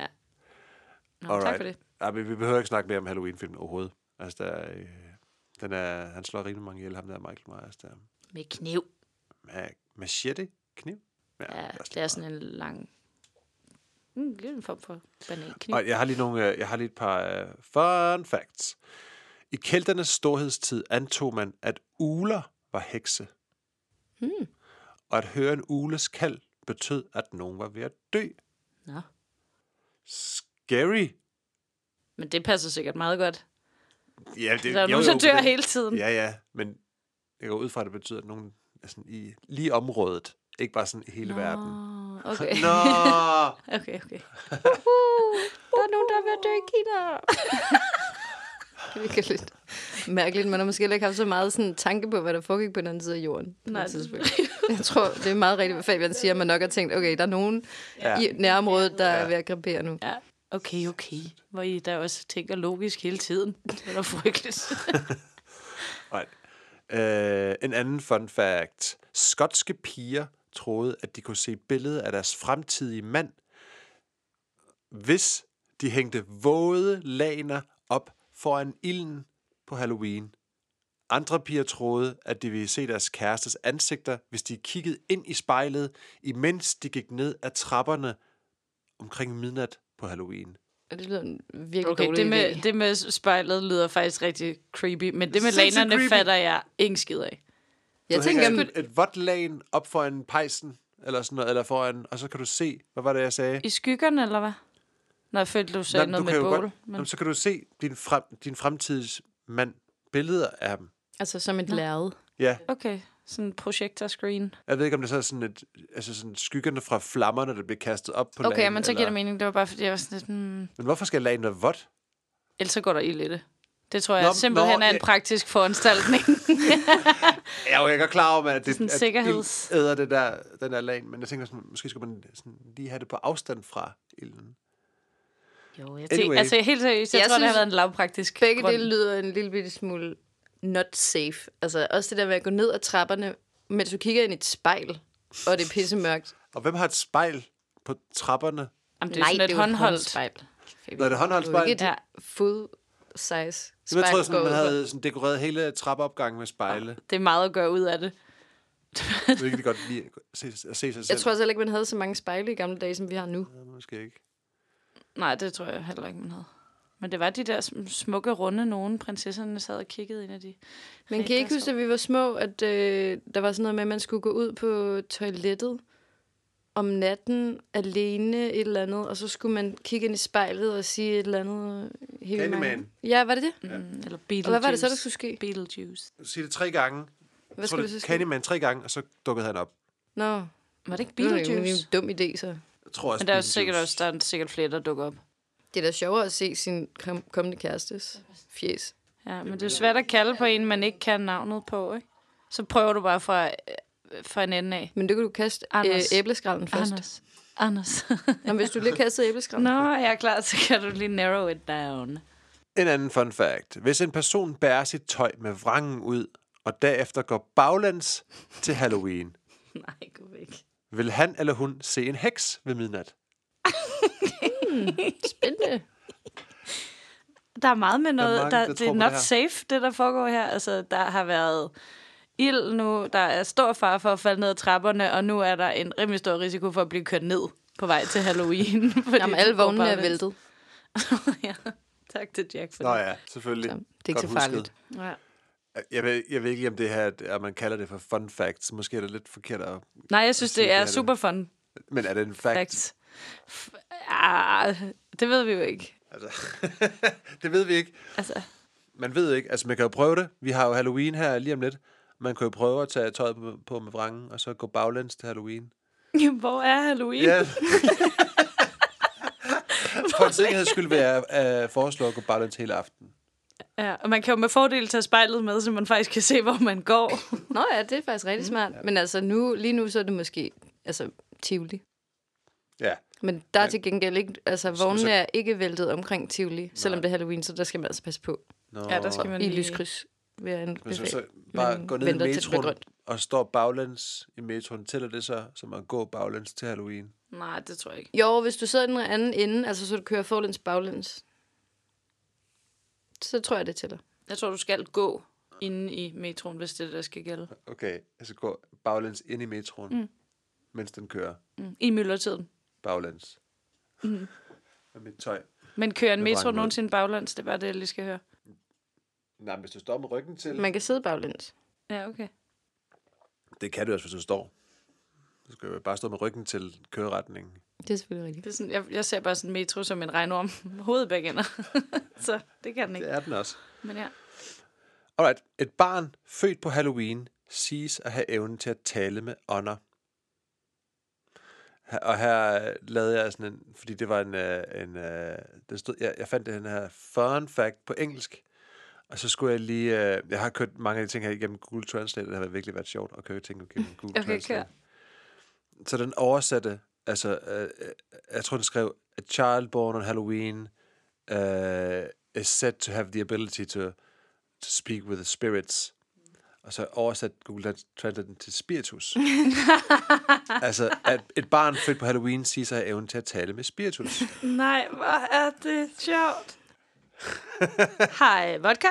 Nå, tak for det. Ja, men vi behøver ikke snakke mere om Halloween-filmen overhovedet. Altså, der, er, øh, den er, han slår rimelig mange ihjel, ham der Michael Myers. Der. Med kniv. Med machete? Kniv? Ja, også det er sådan en lang... Mm, det er en form for banankniv. Og jeg har lige nogle, øh, jeg har lige et par uh, fun facts. I kelternes storhedstid antog man, at ugler var hekse. Hmm. Og at høre en ugles kald betød, at nogen var ved at dø. Nå. Scary. Men det passer sikkert meget godt. Ja, det, Der er jo, nogen, som jo, dør det- hele tiden. Ja, ja, men jeg går ud fra, at det betyder, at nogen er sådan i lige området. Ikke bare sådan i hele Nå, verden. okay. Nå! okay, okay. Uh, der er nogen, der er ved at dø i Kina. Det virker lidt mærkeligt. Man har måske heller ikke haft så meget sådan, tanke på, hvad der foregik på den anden side af jorden. på Nej, et det- tidspunkt. Jeg tror, det er meget rigtigt, hvad Fabian siger. Man nok har tænkt, okay, der er nogen Ja. i nærområdet, der Ja. er ved at krepere nu. Ja, okay, okay. Hvor I der også tænker logisk hele tiden. Det er da frygteligt. Right. Uh, en anden fun fact. Skotske piger troede, at de kunne se billedet af deres fremtidige mand, hvis de hængte våde laner op foran ilden på Halloween. Andre piger troede, at de ville se deres kærestes ansigter, hvis de kiggede ind i spejlet, imens de gik ned ad trapperne omkring midnat på Halloween. Og det lyder en virkelig Okay, dårlig det med, idé. det med spejlet lyder faktisk rigtig creepy, men det med Sindssygt lanerne creepy. fatter jeg ingen skid af. Jeg Du tænker, hænger at et, et vådt lagen op foran pejsen, eller sådan noget, eller foran, og så kan du se, hvad var det, jeg sagde? I skyggerne, eller hvad? Når jeg følte, du sagde Nå, noget du med kan jo bål. godt, Men... jamen, så kan du se din, frem, din fremtids mand, billeder af dem. altså som et Nå. lærred. Ja, Okay, sådan en projektorscreen. jeg ved ikke, om det så er sådan et, altså sådan skyggerne fra flammerne, der bliver kastet op på Okay, lagen, men så giver eller... det mening. Det var bare, fordi jeg var sådan lidt... Hmm... Men hvorfor skal lagen være vådt? Ellers så går der ild i det. Det tror jeg Nå, nå, simpelthen nå, er en ja. praktisk foranstaltning. Jeg er jo ikke klar over, at det Sådan at sikkerheds- ild æder det der, den der lagen, men jeg tænker, sådan, måske skulle man sådan lige have det på afstand fra ilden. jo, jeg Anyway. tænker, altså helt seriøst, jeg, Jeg jeg tror, det har synes, været en lavpraktisk Begge grund. dele lyder en lille bitte smule not safe. Altså også det der med at gå ned ad trapperne, mens du kigger ind i et spejl, og det er pissemørkt. Og hvem har et spejl på trapperne? Jamen, det er sådan et håndholdt. spejl. Nå, er det håndholdt Det er jo spejl? ikke et Ja. full size Jeg spejl. troede, sådan, går man ud havde sådan dekoreret hele trappeopgangen med spejle. Det er meget at gøre ud af det. Jeg vil ikke godt lide at se, at se sig selv. Jeg tror altså heller ikke, man havde så mange spejle i gamle dage, som vi har nu. Ja, måske ikke. Nej, det tror jeg heller ikke, man havde. Men det var de der sm- smukke, runde nogen, prinsesserne sad og kiggede ind af de. Men kan I ikke huske, at vi var små, at øh, der var sådan noget med, at man skulle gå ud på toilettet om natten alene et eller andet, og så skulle man kigge ind i spejlet og sige et eller andet. Helt Candyman. Ja, var det det? Mm, eller Og Beetlejuice. hvad var det så, der skulle ske? Beetlejuice. Sig det tre gange. Hvad skulle det så ske? Candyman tre gange, og så dukkede han op. Nå, Var det ikke det var en, Beetlejuice? en dum idé, så. Jeg tror også, Men der er jo Beetlejuice. sikkert også der er sikkert flere, der dukker op. Det er da sjovere at se sin kom- kommende kærestes fjes. Ja, men det er svært at kalde på en, man ikke kan navnet på, ikke? Så prøver du bare fra, øh, fra en ende af. Men det kan du kaste øh, Anders. æbleskralden først. Anders. Anders. Nå, hvis du lige kaster æbleskralden. Nå, jeg er klar, så kan du lige narrow it down. En anden fun fact. Hvis en person bærer sit tøj med vrangen ud, og derefter går baglæns til Halloween, Nej, gå væk. vil han eller hun se en heks ved midnat? Spændende. Der er meget med noget, mange, der, der det tror er på not det her. safe, det der foregår her. Altså, der har været ild nu, der er stor fare for at falde ned ad trapperne, og nu er der en rimelig stor risiko for at blive kørt ned på vej til Halloween. Fordi Jamen, alle du går vognene er baglæns. væltet. Ja, tak til Jack for Nå det. ja, selvfølgelig. Så det er ikke Godt så farligt. husket. Ja. Jeg ved, jeg ved ikke, om det her, at man kalder det for fun facts. Måske er det lidt forkert at... Nej, jeg synes, sige, det er det er super fun Men er det en fact? facts. F- ah, det ved vi jo ikke. Altså, det ved vi ikke. Altså, Man ved ikke. Altså, man kan jo prøve det. Vi har jo Halloween her lige om lidt. Man kan jo prøve at tage tøjet på, på med vrangen, og så gå baglæns til Halloween. hvor er Halloween? Ja. For en sikkerheds skyld vil jeg uh, foreslå at gå baglæns hele aften. Ja, og man kan jo med fordel tage spejlet med, så man faktisk kan se, hvor man går. Nå ja, det er faktisk rigtig smart. Men altså, nu, lige nu så er det måske altså, Tivoli. Ja. Men der er Men- til gengæld ikke... Altså, Så- vognene så- er ikke væltet omkring Tivoli, selvom det er Halloween, så der skal man altså passe på. Nå. Ja, der skal man I lige... lyskryds vil jeg Hvis man anbefale. så bare Men går ned i venter til det bliver metroen grønt. og står baglæns i metroen, tæller det så, som at gå baglæns til Halloween? Nej, det tror jeg ikke. Jo, hvis du sidder i den anden ende, altså så du kører forlæns baglæns, så tror jeg, det tæller. Jeg tror, du skal gå inde i metroen, hvis det er det, der skal gælde. Okay, jeg skal gå baglæns ind i metroen, mm. mens den kører Mm. I myldretiden. baglæns. Mm. Med mit tøj. Men kører en Med metro vrangen ud. nogensinde baglands? Det er bare det, jeg lige skal høre. Nej, men hvis du står med ryggen til... Man kan sidde baglæns. Ja, okay. Det kan du også, hvis du står. Du skal jo bare stå med ryggen til køreretningen. Det er selvfølgelig rigtigt. Det er sådan, jeg, jeg ser bare sådan en metro som en regnorm. Hovedet begge ender. Så det kan den ikke. Det er den også. Men ja. Alright, et barn født på Halloween siges at have evnen til at tale med ånder. Her- Og her lavede jeg sådan en, fordi det var en, øh, en øh, den stod, jeg, jeg fandt den her fun fact på engelsk, og så skulle jeg lige, øh, jeg har kørt mange af de ting her igennem Google Translate, det har virkelig været sjovt at køre ting igennem Google Okay, Translate. kør. Så den oversatte, altså, øh, øh, jeg tror den skrev, a child born on Halloween uh, is said to have the ability to, to speak with the spirits. Og så oversat Google Translate den til spiritus. Altså, at et barn født på Halloween siger sig at have evnen til at tale med spiritus. Nej, hvor er det sjovt. Hej, vodka.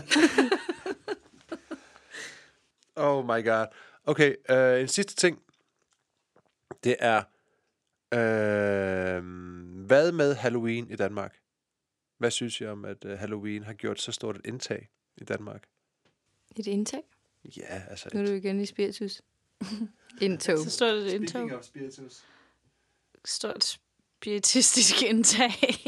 Oh my god. Okay, øh, en sidste ting. Det er, øh, hvad med Halloween i Danmark? Hvad synes I om, at øh, Halloween har gjort så stort et indtag i Danmark? Et indtag. Ja, altså... Nu er du igen i spiritus. Indtog. Så står det et indtog. of spiritus. Stort spiritistisk indtag.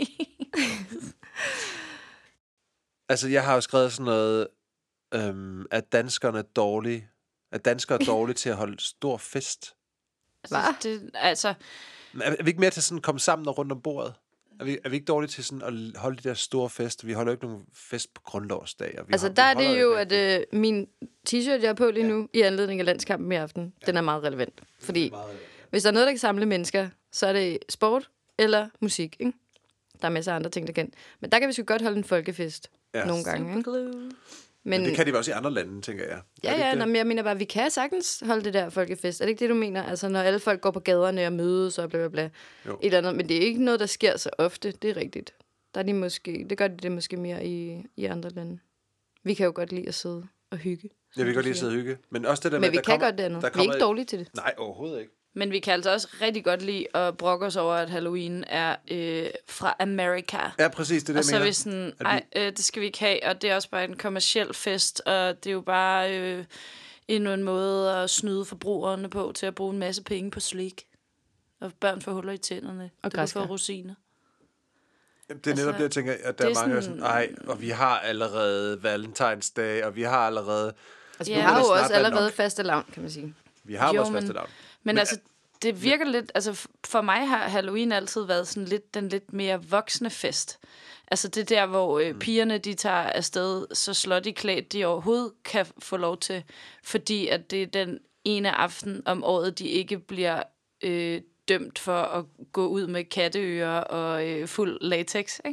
Altså, jeg har jo skrevet sådan noget, øhm, at danskerne er dårlige. At danskere er dårlige til at holde stor fest. Hva? Det, altså, Men Er, er vi ikke mere til sådan at komme sammen og rundt om bordet? Er vi, er vi ikke dårlige til sådan at holde de der store fester? Vi holder jo ikke nogen fest på grundlovsdag. Og vi Altså, hold- der vi er holder det jo, ikke- at øh, min t-shirt, jeg har på lige nu, i anledning af landskampen i aften, den er meget relevant. Fordi hvis der er noget, der kan samle mennesker, så er det sport eller musik, ikke? Der er masser af andre ting, der kan. Men der kan vi sgu godt holde en folkefest Ja. nogle gange, ikke? glue. Men det kan de vel også i andre lande, tænker jeg. Er Ja, det ja, ikke nå, det? men jeg mener bare, vi kan sagtens holde det der folkefest. Er det ikke det, du mener? Altså, når alle folk går på gaderne og mødes og bla bla bla. Jo. Et eller andet. Men det er ikke noget, der sker så ofte. Det er rigtigt. Der er de måske, det gør de det måske mere i, i andre lande. Vi kan jo godt lide at sidde og hygge. Jeg vil godt lide at sidde og hygge. Men også det der med, Men vi der kan kommer, godt det andet. der Vi er kommer- ikke dårlige til det. Nej, overhovedet ikke. Men vi kan altså også rigtig godt lide at brokke os over, at Halloween er øh, fra Amerika. Ja, præcis, det er det, Og så jeg er vi mener. sådan, At vi- ej, øh, det skal vi ikke have, og det er også bare en kommerciel fest, og det er jo bare øh, endnu en måde at snyde forbrugerne på til at bruge en masse penge på slik. Og børn får huller i tænderne. Og du kan græskar. få rosiner. Jamen, det er netop altså, det, jeg tænker, at der det er er mange, der er sådan- sådan, ej, og vi har allerede Valentinsdag, og vi har allerede, Altså, Ja. vi Nu har må jo det snart også være allerede nok. faste lavn, kan man sige. vi har Jo, vores men- faste lavn. Men, Men- altså, det virker lidt... Altså, f- for mig har Halloween altid været sådan lidt den lidt mere voksne fest. Altså, det er der, hvor øh, pigerne, de tager afsted, så slår de klædt, de overhovedet kan få lov til, fordi at det er den ene aften om året, de ikke bliver øh, dømt for at gå ud med katteører og øh, fuld latex, ikke?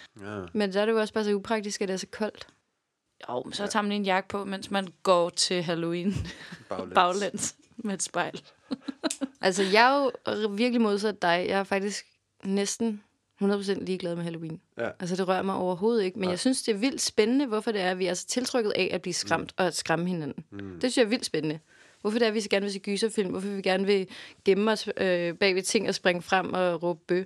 Ja. Men så er det jo også bare så upraktisk, at det er så koldt. Jo, men så tager man en jakke på, mens man går til Halloween Baglæns. baglæns med et spejl. Altså, jeg er jo virkelig modsat dig. Jeg er faktisk næsten hundrede procent ligeglad med Halloween. Ja. Altså, det rører mig overhovedet ikke. Men Nej. jeg synes, det er vildt spændende, hvorfor det er, at vi er så tiltrykket af at blive skræmt mm. og at skræmme hinanden. Mm. Det synes jeg er vildt spændende. Hvorfor det er, at vi så gerne vil se gyserfilm. Hvorfor vi gerne vil gemme os øh, bag ved ting og springe frem og råbe bø.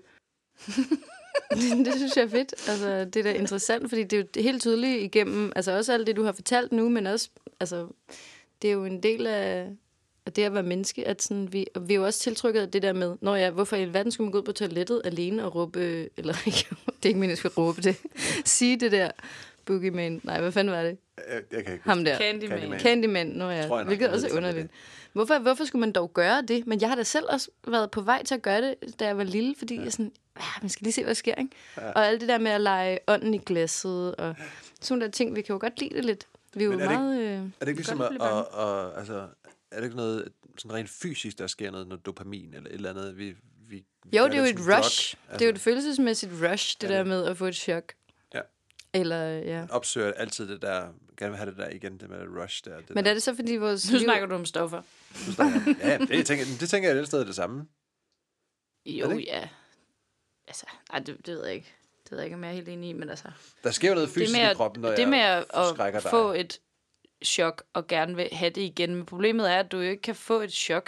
det, det synes jeg er fedt. Altså, det er da interessant, fordi det er jo helt tydeligt igennem, altså også alt det, du har fortalt nu, men også, altså, det er jo en del af, af det at være menneske, at sådan, vi, og vi er jo også tiltrykket af det der med, når jeg, hvorfor i alverden skulle man gå ud på toilettet alene og råbe, øh, eller ikke, det er ikke meningen, jeg skal råbe det, sige det der, Boogeyman, nej, hvad fanden var det? Jeg, jeg kan ikke Ham der. Candyman. Candyman. Candyman, når jeg, Tror jeg nok, hvilket jeg også ved er det, underligt. Hvorfor, hvorfor skulle man dog gøre det? Men jeg har da selv også været på vej til at gøre det, da jeg var lille, fordi ja. jeg sådan, ah, man skal lige se, hvad der sker, ikke? Ja. Og alt det der med at lege ånden i glasset, og sådan der ting, vi kan jo godt lide det lidt. Vi er jo Men er det meget... ikke, øh, er det ikke ligesom godt at, blive bange. og, og, altså, er det ikke noget sådan rent fysisk, der sker noget, noget dopamin eller et eller andet? Vi, vi Jo, gør det er jo et som drug. rush. Det er jo et følelsesmæssigt rush, det Ja, der det. med at få et chok. Ja. Eller, ja. Opsøger altid det der, gerne vil have det der igen, det med det rush der. Det Men der. er det så, fordi vores Nu liv... snakker du om stoffer. Nu snakker jeg- Ja, det, jeg tænker, det tænker jeg et eller sted det samme. Jo, Er det ja. Altså, ej, det, det ved jeg ikke. Det ved jeg ikke, om jeg er helt enig i, men altså... Der sker jo noget fysisk det med i at, kroppen, når det jeg med at, forskrækker at dig. få et chok og gerne vil have det igen. Men problemet er, at du jo ikke kan få et chok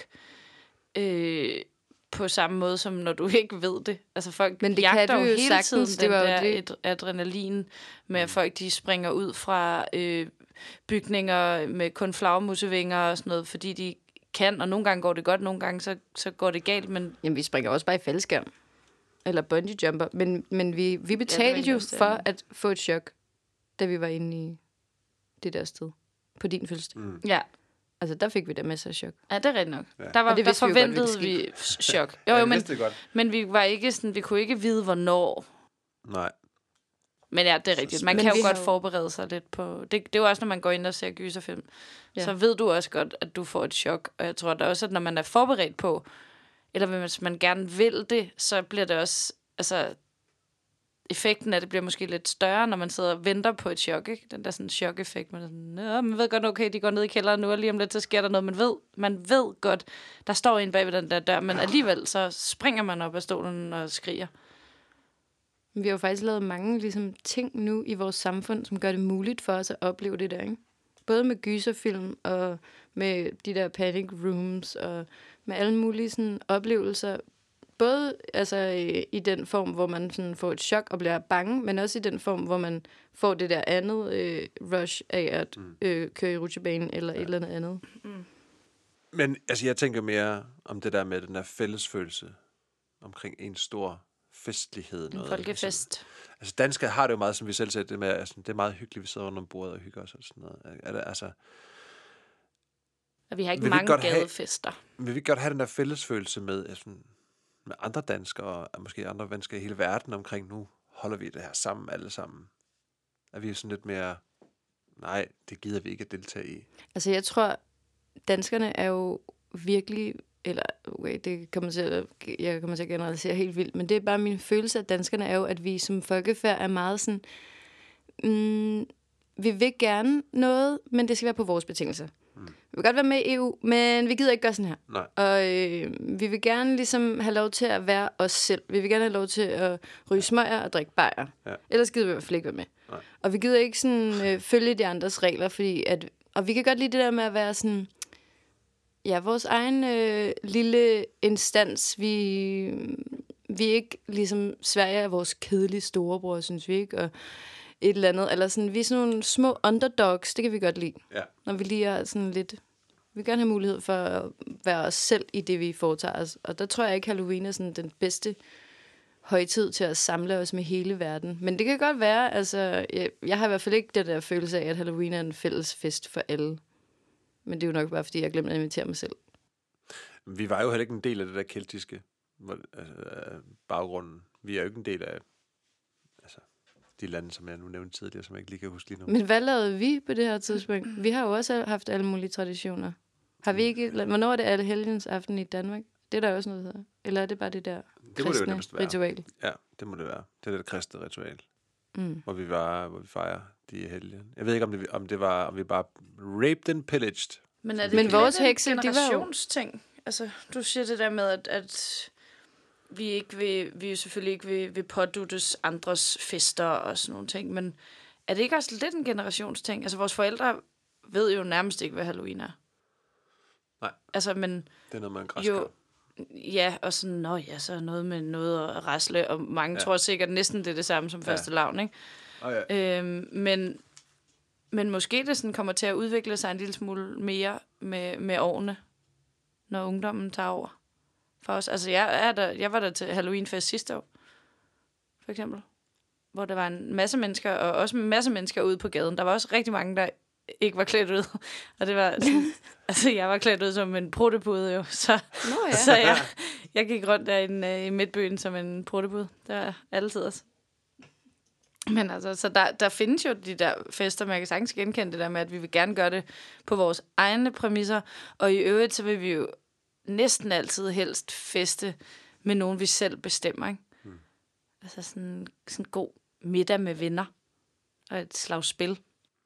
øh, på samme måde, som når du ikke ved det. Altså folk Men det jagter kan du jo jo hele sagtens, tiden det den var jo der det. ad- adrenalin med, at folk de springer ud fra øh, bygninger med kun flagermusevinger og sådan noget, fordi de kan, og nogle gange går det godt, nogle gange så, så går det galt, men Jamen, vi springer også bare i faldskærm. Eller bungee jumper. Men, men vi, vi betalte egentlig jo også det, for ja. at få et chok, da vi var inde i det der sted. På din fødselsdag. Mm. ja. Altså, der fik vi da masser af chok. Ja, det er rigtigt nok. Ja. Der, var, Og det der vidste vi jo godt forventede ville vi chok. Jo, Ja, jo, jeg men, vidste det godt. men vi var ikke sådan, vi kunne ikke vide, hvornår. Nej. Men ja, det er rigtigt. Man Men kan vi jo har godt jo- forberede sig lidt på... Det, det er jo også, når man går ind og ser gyserfilm. Ja. Ja. Så ved du også godt, at du får et chok. Og jeg tror da også, at når man er forberedt på, eller hvis man gerne vil det, så bliver det også... Altså, effekten af det bliver måske lidt større, når man sidder og venter på et chok, ikke? Den der sådan chok-effekt. Man er sådan, Nå, man ved godt, okay, de går ned i kælderen nu, og lige om lidt, så sker der noget. Man ved, man ved godt, der står en bag ved den der dør, men alligevel så springer man op af stolen og skriger. Men vi har jo faktisk lavet mange ligesom, ting nu i vores samfund, som gør det muligt for os at opleve det der, ikke? Både med gyserfilm og med de der panic rooms og med alle mulige sådan, oplevelser. Både altså, i, i den form, hvor man sådan, får et chok og bliver bange, men også i den form, hvor man får det der andet øh, rush af at øh, køre i rutsjebanen eller ja. et eller andet andet. Men altså, jeg tænker mere om det der med den der fællesfølelse omkring en stor festlighed. En Noget, folkefest. Altså, altså danskere har det jo meget, som vi selv sagde, det med, altså, det er meget hyggeligt, vi sidder rundt om bordet og hygger os og sådan noget. Er det, altså, Og vi har ikke Vil vi mange godt have- gadefester. vil vi godt have den der fællesfølelse med, altså, med andre danskere, og måske andre mennesker i hele verden omkring, nu holder vi det her sammen alle sammen. Er vi sådan lidt mere, nej, det gider vi ikke at deltage i. Altså, jeg tror, danskerne er jo virkelig, eller okay, det kommer til at, jeg kommer til at generalisere helt vildt, men det er bare min følelse, at danskerne er jo, at vi som folkefærd er meget sådan, mm, vi vil gerne noget, men det skal være på vores betingelser. Mm. Vi vil godt være med i E U, men vi gider ikke gøre sådan her. Nej. Og øh, vi vil gerne ligesom have lov til at være os selv. Vi vil gerne have lov til at ryge smøger og drikke bajer. Ja. Ellers gider vi i hvert fald ikke være med. Nej. Og vi gider ikke sådan, øh, følge de andres regler, fordi at, og vi kan godt lide det der med at være sådan, ja, vores egen øh, lille instans. Vi, vi er ikke ligesom Sverige er vores kedelige storebror, synes vi ikke, og et eller andet. Eller sådan, vi er sådan nogle små underdogs, det kan vi godt lide. Ja. Når vi lige er sådan lidt... Vi vil gerne have mulighed for at være os selv i det, vi foretager os. Og der tror jeg ikke, Halloween er sådan den bedste højtid til at samle os med hele verden. Men det kan godt være, altså... Jeg, jeg har i hvert fald ikke den der følelse af, at Halloween er en fælles fest for alle. Men det er jo nok bare, fordi jeg glemte at invitere mig selv. Vi var jo heller ikke en del af det der keltiske hvor- altså, øh, baggrunden. Vi er jo ikke en del af altså, de lande, som jeg nu nævnte tidligere, som jeg ikke lige kan huske lige nu. Men hvad lavede vi på det her tidspunkt? Vi har jo også haft alle mulige traditioner. Har vi ikke... Hvornår er det alle helgens aften i Danmark? Det er der også noget, der hedder. Eller er det bare det der det må det jo kristne nærmest være. ritual? Ja, det må det være. Det er det kristne ritual. Mm. hvor vi var, hvor vi fejrer de helgen. Jeg ved ikke, om det, om det var, om vi bare raped and pillaged. Men er det Men ikke vores lidt hekse, en de var jo- generationsting? Altså, du siger det der med, at, at vi ikke vil, vi jo selvfølgelig ikke vil, vil påduttes andres fester og sådan nogle ting, men er det ikke også lidt en generationsting? Altså, vores forældre ved jo nærmest ikke, hvad Halloween er. Nej. Altså, men Det er noget, man græsker. jo, ja, og sådan, nå ja, så er noget med noget at rasle, og mange Ja. ja. tror sikkert næsten, det er det samme som Ja. første lavn, ikke? Oh, ja. Øhm, men, men måske det sådan kommer til at udvikle sig en lille smule mere med, med årene, når ungdommen tager over for os. Altså, jeg, er der, jeg var der til Halloweenfest sidste år, for eksempel, hvor der var en masse mennesker, og også en masse mennesker ude på gaden. Der var også rigtig mange, der ikke var klædt ud. Og det var sådan, altså, jeg var klædt ud som en pruttepude jo, så, Nå ja. så jeg, jeg gik rundt derinde øh, i midtbyen som en pruttepude. Det var altid også. Men altså, så der, der findes jo de der fester, men jeg kan sagtens genkende det der med, at vi vil gerne gøre det på vores egne præmisser, og i øvrigt, så vil vi jo næsten altid helst feste med nogen, vi selv bestemmer, ikke? Hmm. Altså sådan sådan en god middag med venner, og et slags spil.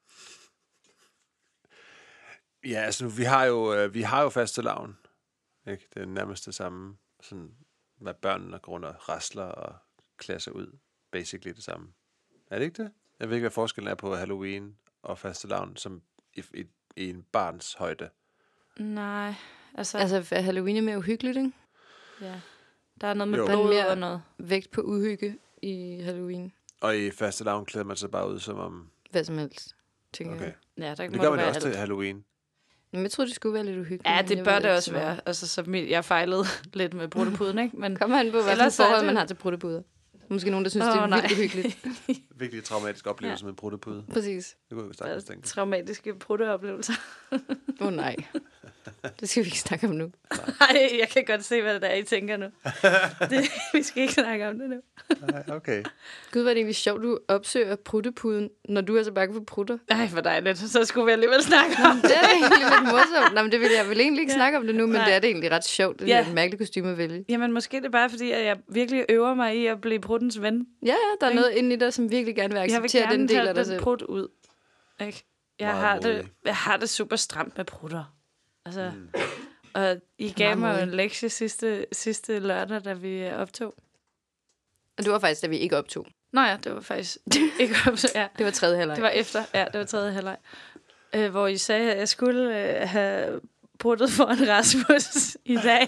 Ja, altså nu, vi har jo, øh, vi har jo fastelavn. Ikke? Det er nærmest det samme. Sådan, hvad børnene går rundt og rasler og klæder sig ud. Basically det samme. Er det ikke det? Jeg ved ikke, hvad forskellen er på Halloween og fastelavn, som i, i, i en barns højde. Nej, altså, Altså, Halloween er mere uhyggeligt, ikke? ja. Der er noget med Jo. blod mere- og noget. Vægt på uhygge i Halloween. Og i fastelavn klæder man sig bare ud som om... Hvad som helst, tænker Okay. jeg. Ja, der Det må gør man være jo også alt. til Halloween. Men jeg troede, det skulle være lidt uhyggeligt. Ja, men det jeg bør ved det ikke også så meget. være. Altså, så mit, jeg fejlede lidt med bruttepuden, ikke? Men Kommer han på, hvad for Ellers et så er forhold det- man har til pruttepuder. Måske nogen, der synes, Åh, det er nej. vildt uhyggeligt. Virkelig traumatisk oplevelse med brudtepude. Præcis. Det kunne jeg jo sagtens tænke. traumatiske prutteoplevelser. Åh oh, nej. Det skal vi ikke snakke om nu. Nej, jeg kan godt se, hvad det er, I tænker nu. Det, vi skal ikke snakke om det nu. Nej, okay. Gud, var det egentlig sjovt, du opsøger pruttepuden, når du er så bange for prutter. Ej, hvor dejligt. Så skulle vi alligevel snakke om det. Det er egentlig lidt morsomt. Nå, men det vil jeg vil egentlig ikke Ja. snakke om det nu, men Nej. det er det egentlig ret sjovt. Det er Ja. et mærkeligt kostume at vælge. Jamen, måske det er bare fordi, at jeg virkelig øver mig i at blive pruttens ven. Ja, ja, der er Ikke? noget inde i dig, som virkelig gerne vil Jeg vil acceptere gerne den del af tage dig den selv. prut ud. Ikke? Jeg, Meget har modig. det, jeg har det super stramt med prutter. Altså, Mm. og I gav Meget mig jo en modig. lektie sidste, sidste lørdag, da vi optog. Og det var faktisk, da vi ikke optog. Nå ja, det var faktisk ikke optog. Ja. Det var tredje halvleg. Det var efter, ja, det var tredje halvleg. Øh, hvor I sagde, at jeg skulle øh, have bruttet for en Rasmus i dag.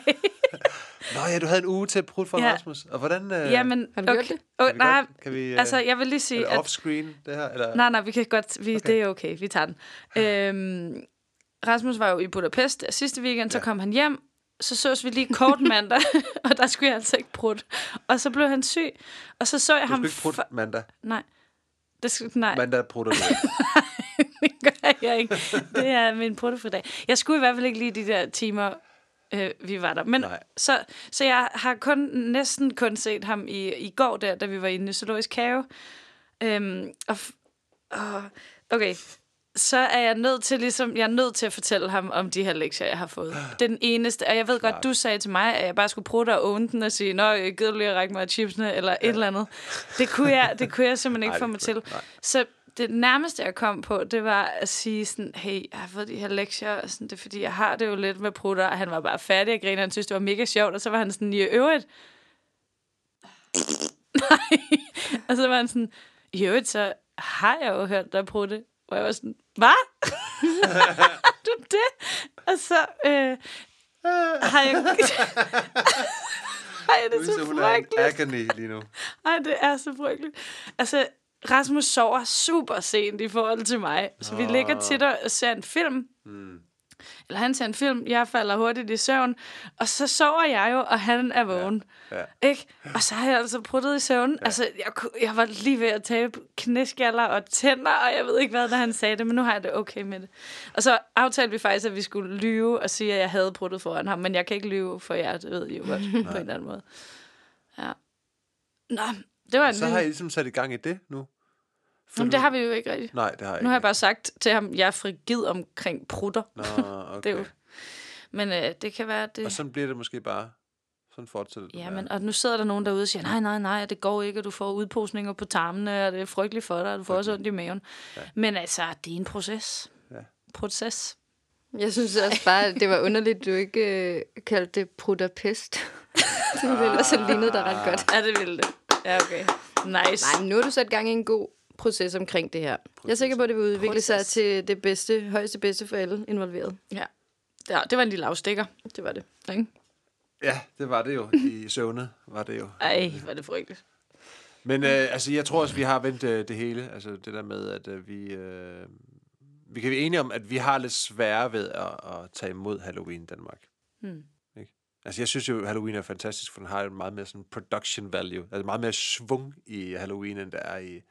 Nå ja, du havde en uge til at prutte for Ja. Rasmus. Og hvordan... Øh, Jamen, Har du gjort okay. det? Oh, kan vi nej, godt, kan vi, øh, altså jeg vil lige er sige, det at... off-screen, det her? Eller? Nej, nej, vi kan godt... Vi, Okay. okay. Det er okay, vi tager den. Øhm, Rasmus var jo i Budapest sidste weekend, så Ja. kom han hjem. Så sås vi lige kort mandag, og der skulle jeg altså ikke prutte. Og så blev han syg, og så så jeg Du ham... skal ikke prutte mandag. Nej. Det skal, nej, Mandag prutter du ikke. det gør jeg ikke. Det er min pruttefridag. Jeg skulle i hvert fald ikke lige de der timer, øh, vi var der. Men Nej. så, så jeg har kun næsten kun set ham i, i går der, da vi var inde i Zoologisk Have. Øhm, og, f- og, okay, så er jeg nødt til ligesom, jeg er nødt til at fortælle ham om de her lektier, jeg har fået. Det er den eneste, og jeg ved Klart. godt, du sagde til mig, at jeg bare skulle prutte og åne den og sige, nå, jeg gider du lige at række mig chipsene, eller ja. et eller andet. Det kunne jeg, det kunne jeg simpelthen ikke Ej, få det mig kunne til. jeg- nej. Så det nærmeste, jeg kom på, det var at sige sådan, hey, jeg har fået de her lektier, og sådan, det er fordi, jeg har det jo lidt med prutter, og han var bare færdig og griner, han synes, det var mega sjovt, og så var han sådan, i øvrigt, nej, og så var han sådan, i øvrigt, så har jeg jo hørt dig prutte, og jeg var sådan, hvad? Har du det? Og så øh, har jeg... Ej, det er så Hun er en frygteligt. agony lige nu. Ej, det er så frygteligt. Altså, Rasmus sover super sent i forhold til mig. Så vi Nå. ligger tit og ser en film. Mm. Eller han ser en film, jeg falder hurtigt i søvn. Og så sover jeg jo, og han er vågen. Ja. Ikke? Og så har jeg altså pruttet i søvn. Ja. Altså, jeg, ku- jeg var lige ved at tabe knæskaller og tænder, og jeg ved ikke hvad, da han sagde det, men nu har jeg det okay med det. Og så aftalte vi faktisk, at vi skulle lyve og sige, at jeg havde pruttet foran ham, men jeg kan ikke lyve for jer, det ved I jo godt, på en eller anden måde. Ja. Nå, det var en Så har I ligesom sat i gang i det nu? For Jamen, det har vi jo ikke rigtigt. Nej, det har jeg Nu har jeg ikke. bare sagt til ham, jeg er frigid omkring prutter. Nå, okay. Det er jo... Men øh, det kan være, at det... Og sådan bliver det måske bare sådan fortsætter det. Ja, med. men, og nu sidder der nogen derude og siger, nej, nej, nej, det går ikke, og du får udposninger på tarmene, og det er frygteligt for dig, og du får også ondt i maven. Ja. Men altså, det er en proces. Ja. Proces. Jeg synes også bare, at det var underligt, du ikke øh, kaldte det prudapest. Det ville ellers have lignet dig ret godt. Ja, det ville det. Ja, okay. Nice. Nej, men nu har du sat gang i en god proces omkring det her. Proces. Jeg er sikker på, at det vil udvikle proces. sig til det bedste, højeste bedste for alle involveret. Ja. Ja, det var en lille afstikker. Det var det. Ikke? Ja, det var det jo. I søvne var det jo. Ej, var det frygteligt. Men øh, altså, jeg tror også, vi har vendt øh, det hele. Altså det der med, at øh, vi... Øh, vi kan være enige om, at vi har lidt svære ved at, at tage imod Halloween i Danmark. Hmm. Ikke? Altså, jeg synes jo, at Halloween er fantastisk, for den har jo meget mere sådan production value. Altså meget mere svung i Halloween, end der er i,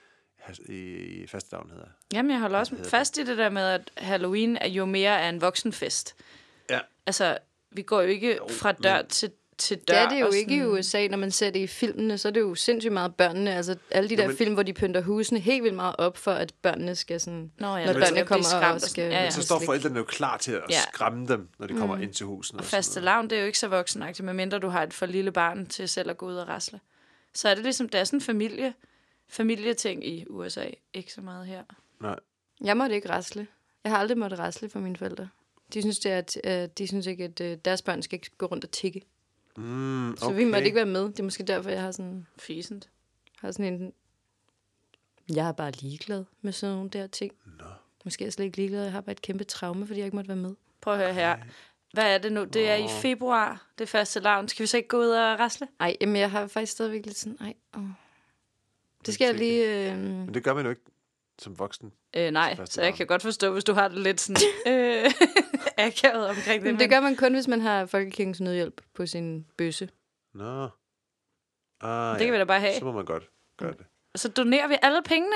i, i fastelavn, hedder. Jamen, jeg holder også fast i det der med, at Halloween er jo mere af en voksenfest. Ja. Altså, vi går jo ikke jo, fra dør men... til til dør. Det er det jo ikke i U S A, når man ser det i filmene, så er det jo sindssygt meget børnene. Altså alle de der jo, men... film, hvor de pynter husene helt vildt meget op for, at børnene skal sådan... Nå, ja, når børnene kommer og, og skal... Ja, ja. Så står forældrene jo klar til at ja. skræmme dem, når de kommer mm. ind til husene. Og, og fastelavn, det er jo ikke så voksenagtigt, medmindre du har et for lille barn til selv at gå ud og rasle. Så er det ligesom, det er sådan en familie, familieting i U S A. Ikke så meget her. Nej. Jeg måtte ikke rasle. Jeg har aldrig måttet rasle for mine forældre. De synes, det er, at, uh, de synes ikke, at uh, deres børn skal ikke gå rundt og tikke. Mm, okay. Så vi måtte ikke være med. Det er måske derfor, jeg har sådan... Fisent. Har sådan en... Jeg er bare ligeglad med sådan nogle der ting. Nå. Måske er jeg slet ikke ligeglad. Jeg har bare et kæmpe traume, fordi jeg ikke måtte være med. Prøv at høre her. Hvad er det nu? Det er i februar. Det er fastelavn. Skal vi så ikke gå ud og rasle? Ej, men jeg har faktisk stadigvæk lidt sådan... Ej, åh. Det skal jeg lige... Øh... Men det gør man jo ikke som voksen. Øh, nej, så jeg kan godt forstå, hvis du har det lidt sådan... øh, akavet omkring det. Men det gør man kun, hvis man har Folkekirkens Nødhjælp på sin bøsse. Nå. Ah, det ja. kan vi da bare have. Så må man godt gøre det. Og så donerer vi alle pengene.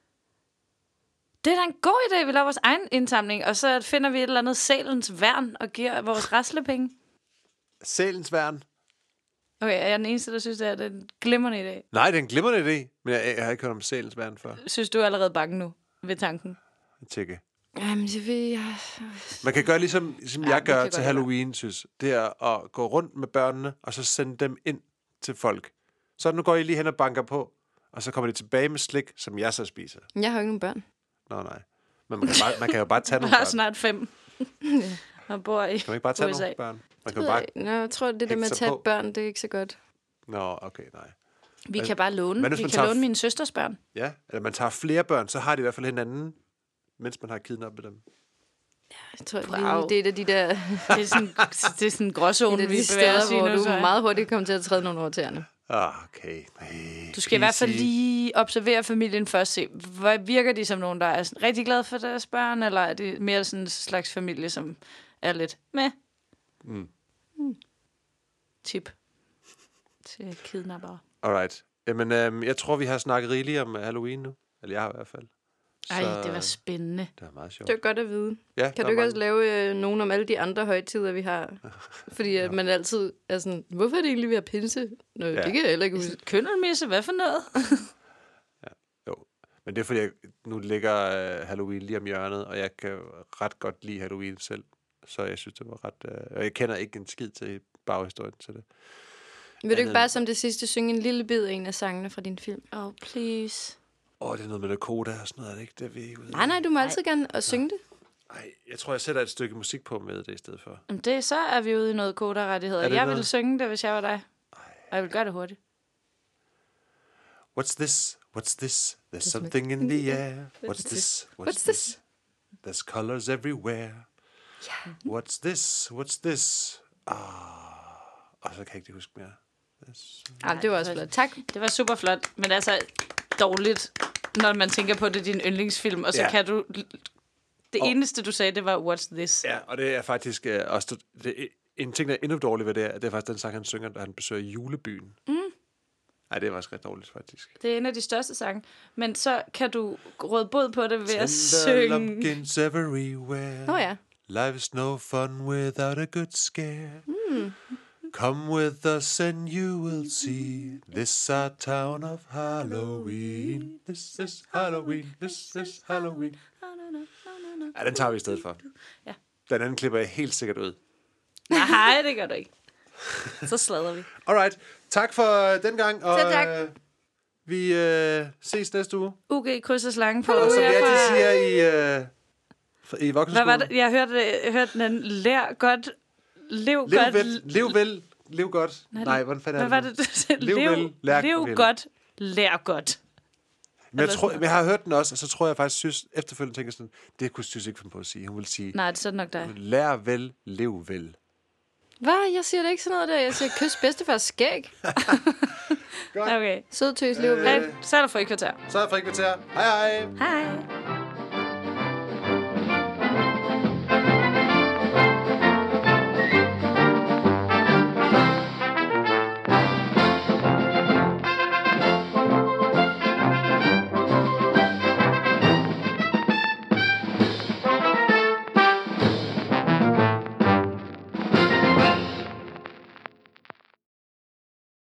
Det er da en god idé, vi laver vores egen indsamling, og så finder vi et eller andet sælens værn og giver vores raslepenge. Sælens værn? Okay, er jeg den eneste, der synes, det er en glimrende idé? Nej, det er en glimrende idé, men jeg, jeg har ikke hørt om sælens værn før. Synes du er allerede bange nu ved tanken? Tjekke. Jamen, det vil jeg... Man kan gøre ligesom, ligesom ja, jeg gør til Halloween, være. synes. Det er at gå rundt med børnene, og så sende dem ind til folk. Så nu går I lige hen og banker på, og så kommer de tilbage med slik, som jeg så spiser. Jeg har jo ikke nogen børn. Nå, nej. Men man kan, bare, man kan jo bare tage nogle børn. Jeg har snart fem. Og bor i Kan man ikke bare tage U S A? nogle børn? Man kan bare Nå, jeg tror, det der med at tage børn, det er ikke så godt. Nå, okay, nej. Vi kan bare låne. Men, vi kan tager... låne mine søsters børn. Ja, eller man tager flere børn, så har de i hvert fald hinanden, mens man har kidnappet dem. Ja, jeg tror, wow. det, det er et af de der... det er sådan, det er sådan en gråzone, vi bevæger os i nu, hvor du meget hurtigt kommer til at træde nogle over tæerne. Okay. Du skal i hvert fald lige observere familien først. Se, hvad virker de som nogen, der er rigtig glade for deres børn, eller er det mere sådan en slags familie, som er lidt med? Mm. Mm. Tip til kidnappere. Alright. Jamen, øhm, jeg tror, vi har snakket rigeligt om Halloween nu. Eller jeg har i hvert fald. Så... Ej, det var spændende. Det var meget sjovt. Det var godt at vide. Ja, kan du ikke mange... også lave øh, nogen om alle de andre højtider, vi har? Fordi at man altid er sådan, hvorfor er det egentlig ved at pinse? Nå, ja. Det kan jeg heller ikke huske. Køndelmisse, hvad for noget? ja, jo. Men det er fordi, jeg, nu ligger uh, Halloween lige om hjørnet, og jeg kan ret godt lide Halloween selv. Så jeg synes, det var ret... Uh, og jeg kender ikke en skid til baghistorien til det. Vil du ikke bare som det sidste synge en lille bid af en af sangene fra din film? Oh, please. Åh, oh, det er noget med Dakota og sådan noget, er det ikke? Det er vi ikke ude. Nej, nej, du må nej. altid gerne at synge det. Nej, jeg tror, jeg sætter et stykke musik på med det i stedet for. Jamen det, så er vi ude i noget koderrettigheder. Jeg noget? ville synge det, hvis jeg var dig. Ej. Og jeg vil gøre det hurtigt. What's this? What's this? There's something in the air. What's this? What's this? There's colors everywhere. What's this? What's this? Ah, og så kan jeg ikke huske mere. Ja, det var også flot. Tak. Det var super flot, men altså dårligt, når man tænker på det er din yndlingsfilm, og så ja. kan du... Det og, eneste, du sagde, det var, what's this? Ja, og det er faktisk uh, også... Det, en ting, der er endnu dårligt ved det, er, det er faktisk den sang, han synger, da han besøger julebyen. Mm. Nej, det er faktisk ret dårligt, faktisk. Det er en af de største sange. Men så kan du råde bod på det ved Tender at synge... lumpkins everywhere. Nå ja. Life is no fun without a good scare. Mm. Come with us and you will see this our town of Halloween. This is Halloween. This is Halloween. Ja, den tager vi i stedet for. Ja. Den anden klipper jeg helt sikkert ud. Nej, det gør du ikke. Så slader vi. Alright. Tak for den gang. Og, Selv tak. Øh, vi øh, ses næste uge. U G krydser slangen på. Og som vi altid herfra. siger i, øh, i Hvad voksenskolen. var det? Jeg hørte, jeg hørte den lær godt, lev, Lev godt. vel, lev vel, lev godt. Nej, Nej, hvordan fanden er Hvad det? var det, du sagde? Lev vel, lær lev vel. godt, lær godt. Men jeg, Eller tror, sådan men jeg har hørt den også, og så tror jeg faktisk, synes, efterfølgende tænker jeg sådan, det kunne synes ikke finde på at sige. Hun vil sige, Nej, det er sådan nok dig. lær vel, lev vel. Hvad? Jeg siger da ikke sådan noget der. Jeg siger, kys bedstefars skæg. Okay. Sød tøs, lev Øh. vel. Så er der frikvarter. Så er jeg Frikvarter. Hej hej. Hej.